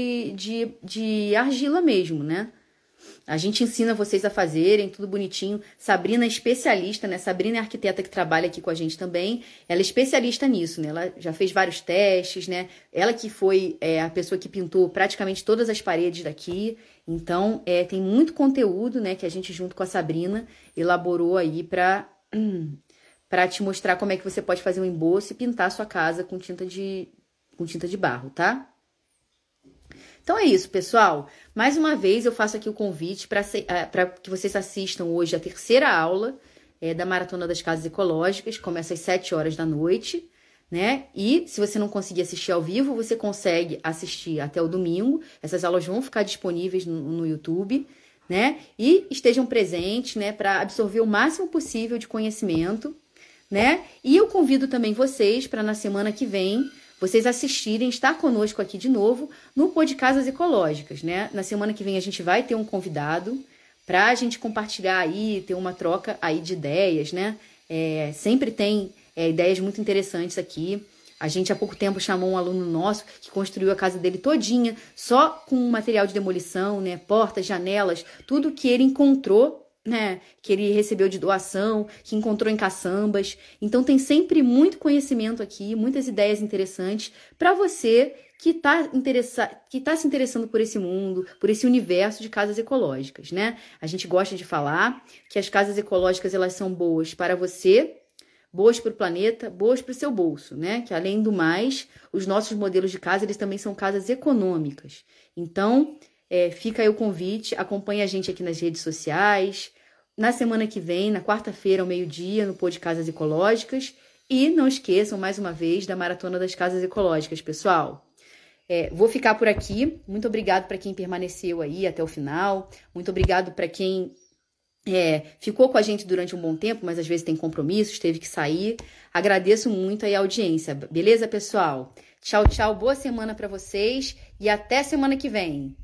de argila mesmo, né? A gente ensina vocês a fazerem, tudo bonitinho. Sabrina é especialista, né? Sabrina é arquiteta que trabalha aqui com a gente também. Ela é especialista nisso, né? Ela já fez vários testes, né? Ela que foi a pessoa que pintou praticamente todas as paredes daqui. Então, tem muito conteúdo, né? Que a gente, junto com a Sabrina, elaborou aí para te mostrar como é que você pode fazer um emboço e pintar a sua casa com tinta de barro, tá? Então é isso, pessoal. Mais uma vez eu faço aqui o convite para que vocês assistam hoje a terceira aula da Maratona das Casas Ecológicas. Começa às 7 horas da noite, né? E se você não conseguir assistir ao vivo, você consegue assistir até o domingo. Essas aulas vão ficar disponíveis no YouTube, né? E estejam presentes, né, para absorver o máximo possível de conhecimento, né? E eu convido também vocês para na semana que vem vocês assistirem, estar conosco aqui de novo no Pô de Casas Ecológicas, né? Na semana que vem a gente vai ter um convidado para a gente compartilhar aí, ter uma troca aí de ideias, né? Sempre tem ideias muito interessantes aqui. A gente há pouco tempo chamou um aluno nosso que construiu a casa dele todinha, só com material de demolição, né? Portas, janelas, tudo que ele encontrou, né, que ele recebeu de doação, que encontrou em caçambas. Então tem sempre muito conhecimento aqui, muitas ideias interessantes para você que tá se interessando por esse mundo, por esse universo de casas ecológicas, né? A gente gosta de falar que as casas ecológicas elas são boas para você, boas para o planeta, boas para o seu bolso, né? Que além do mais, os nossos modelos de casa eles também são casas econômicas. Então fica aí o convite, acompanhe a gente aqui nas redes sociais. Na semana que vem, na quarta-feira, ao meio-dia, no Pô de Casas Ecológicas. E não esqueçam, mais uma vez, da Maratona das Casas Ecológicas, pessoal. Vou ficar por aqui. Muito obrigado para quem permaneceu aí até o final. Muito obrigado para quem ficou com a gente durante um bom tempo, mas às vezes tem compromissos, teve que sair. Agradeço muito aí a audiência. Beleza, pessoal? Tchau, tchau. Boa semana para vocês e até semana que vem.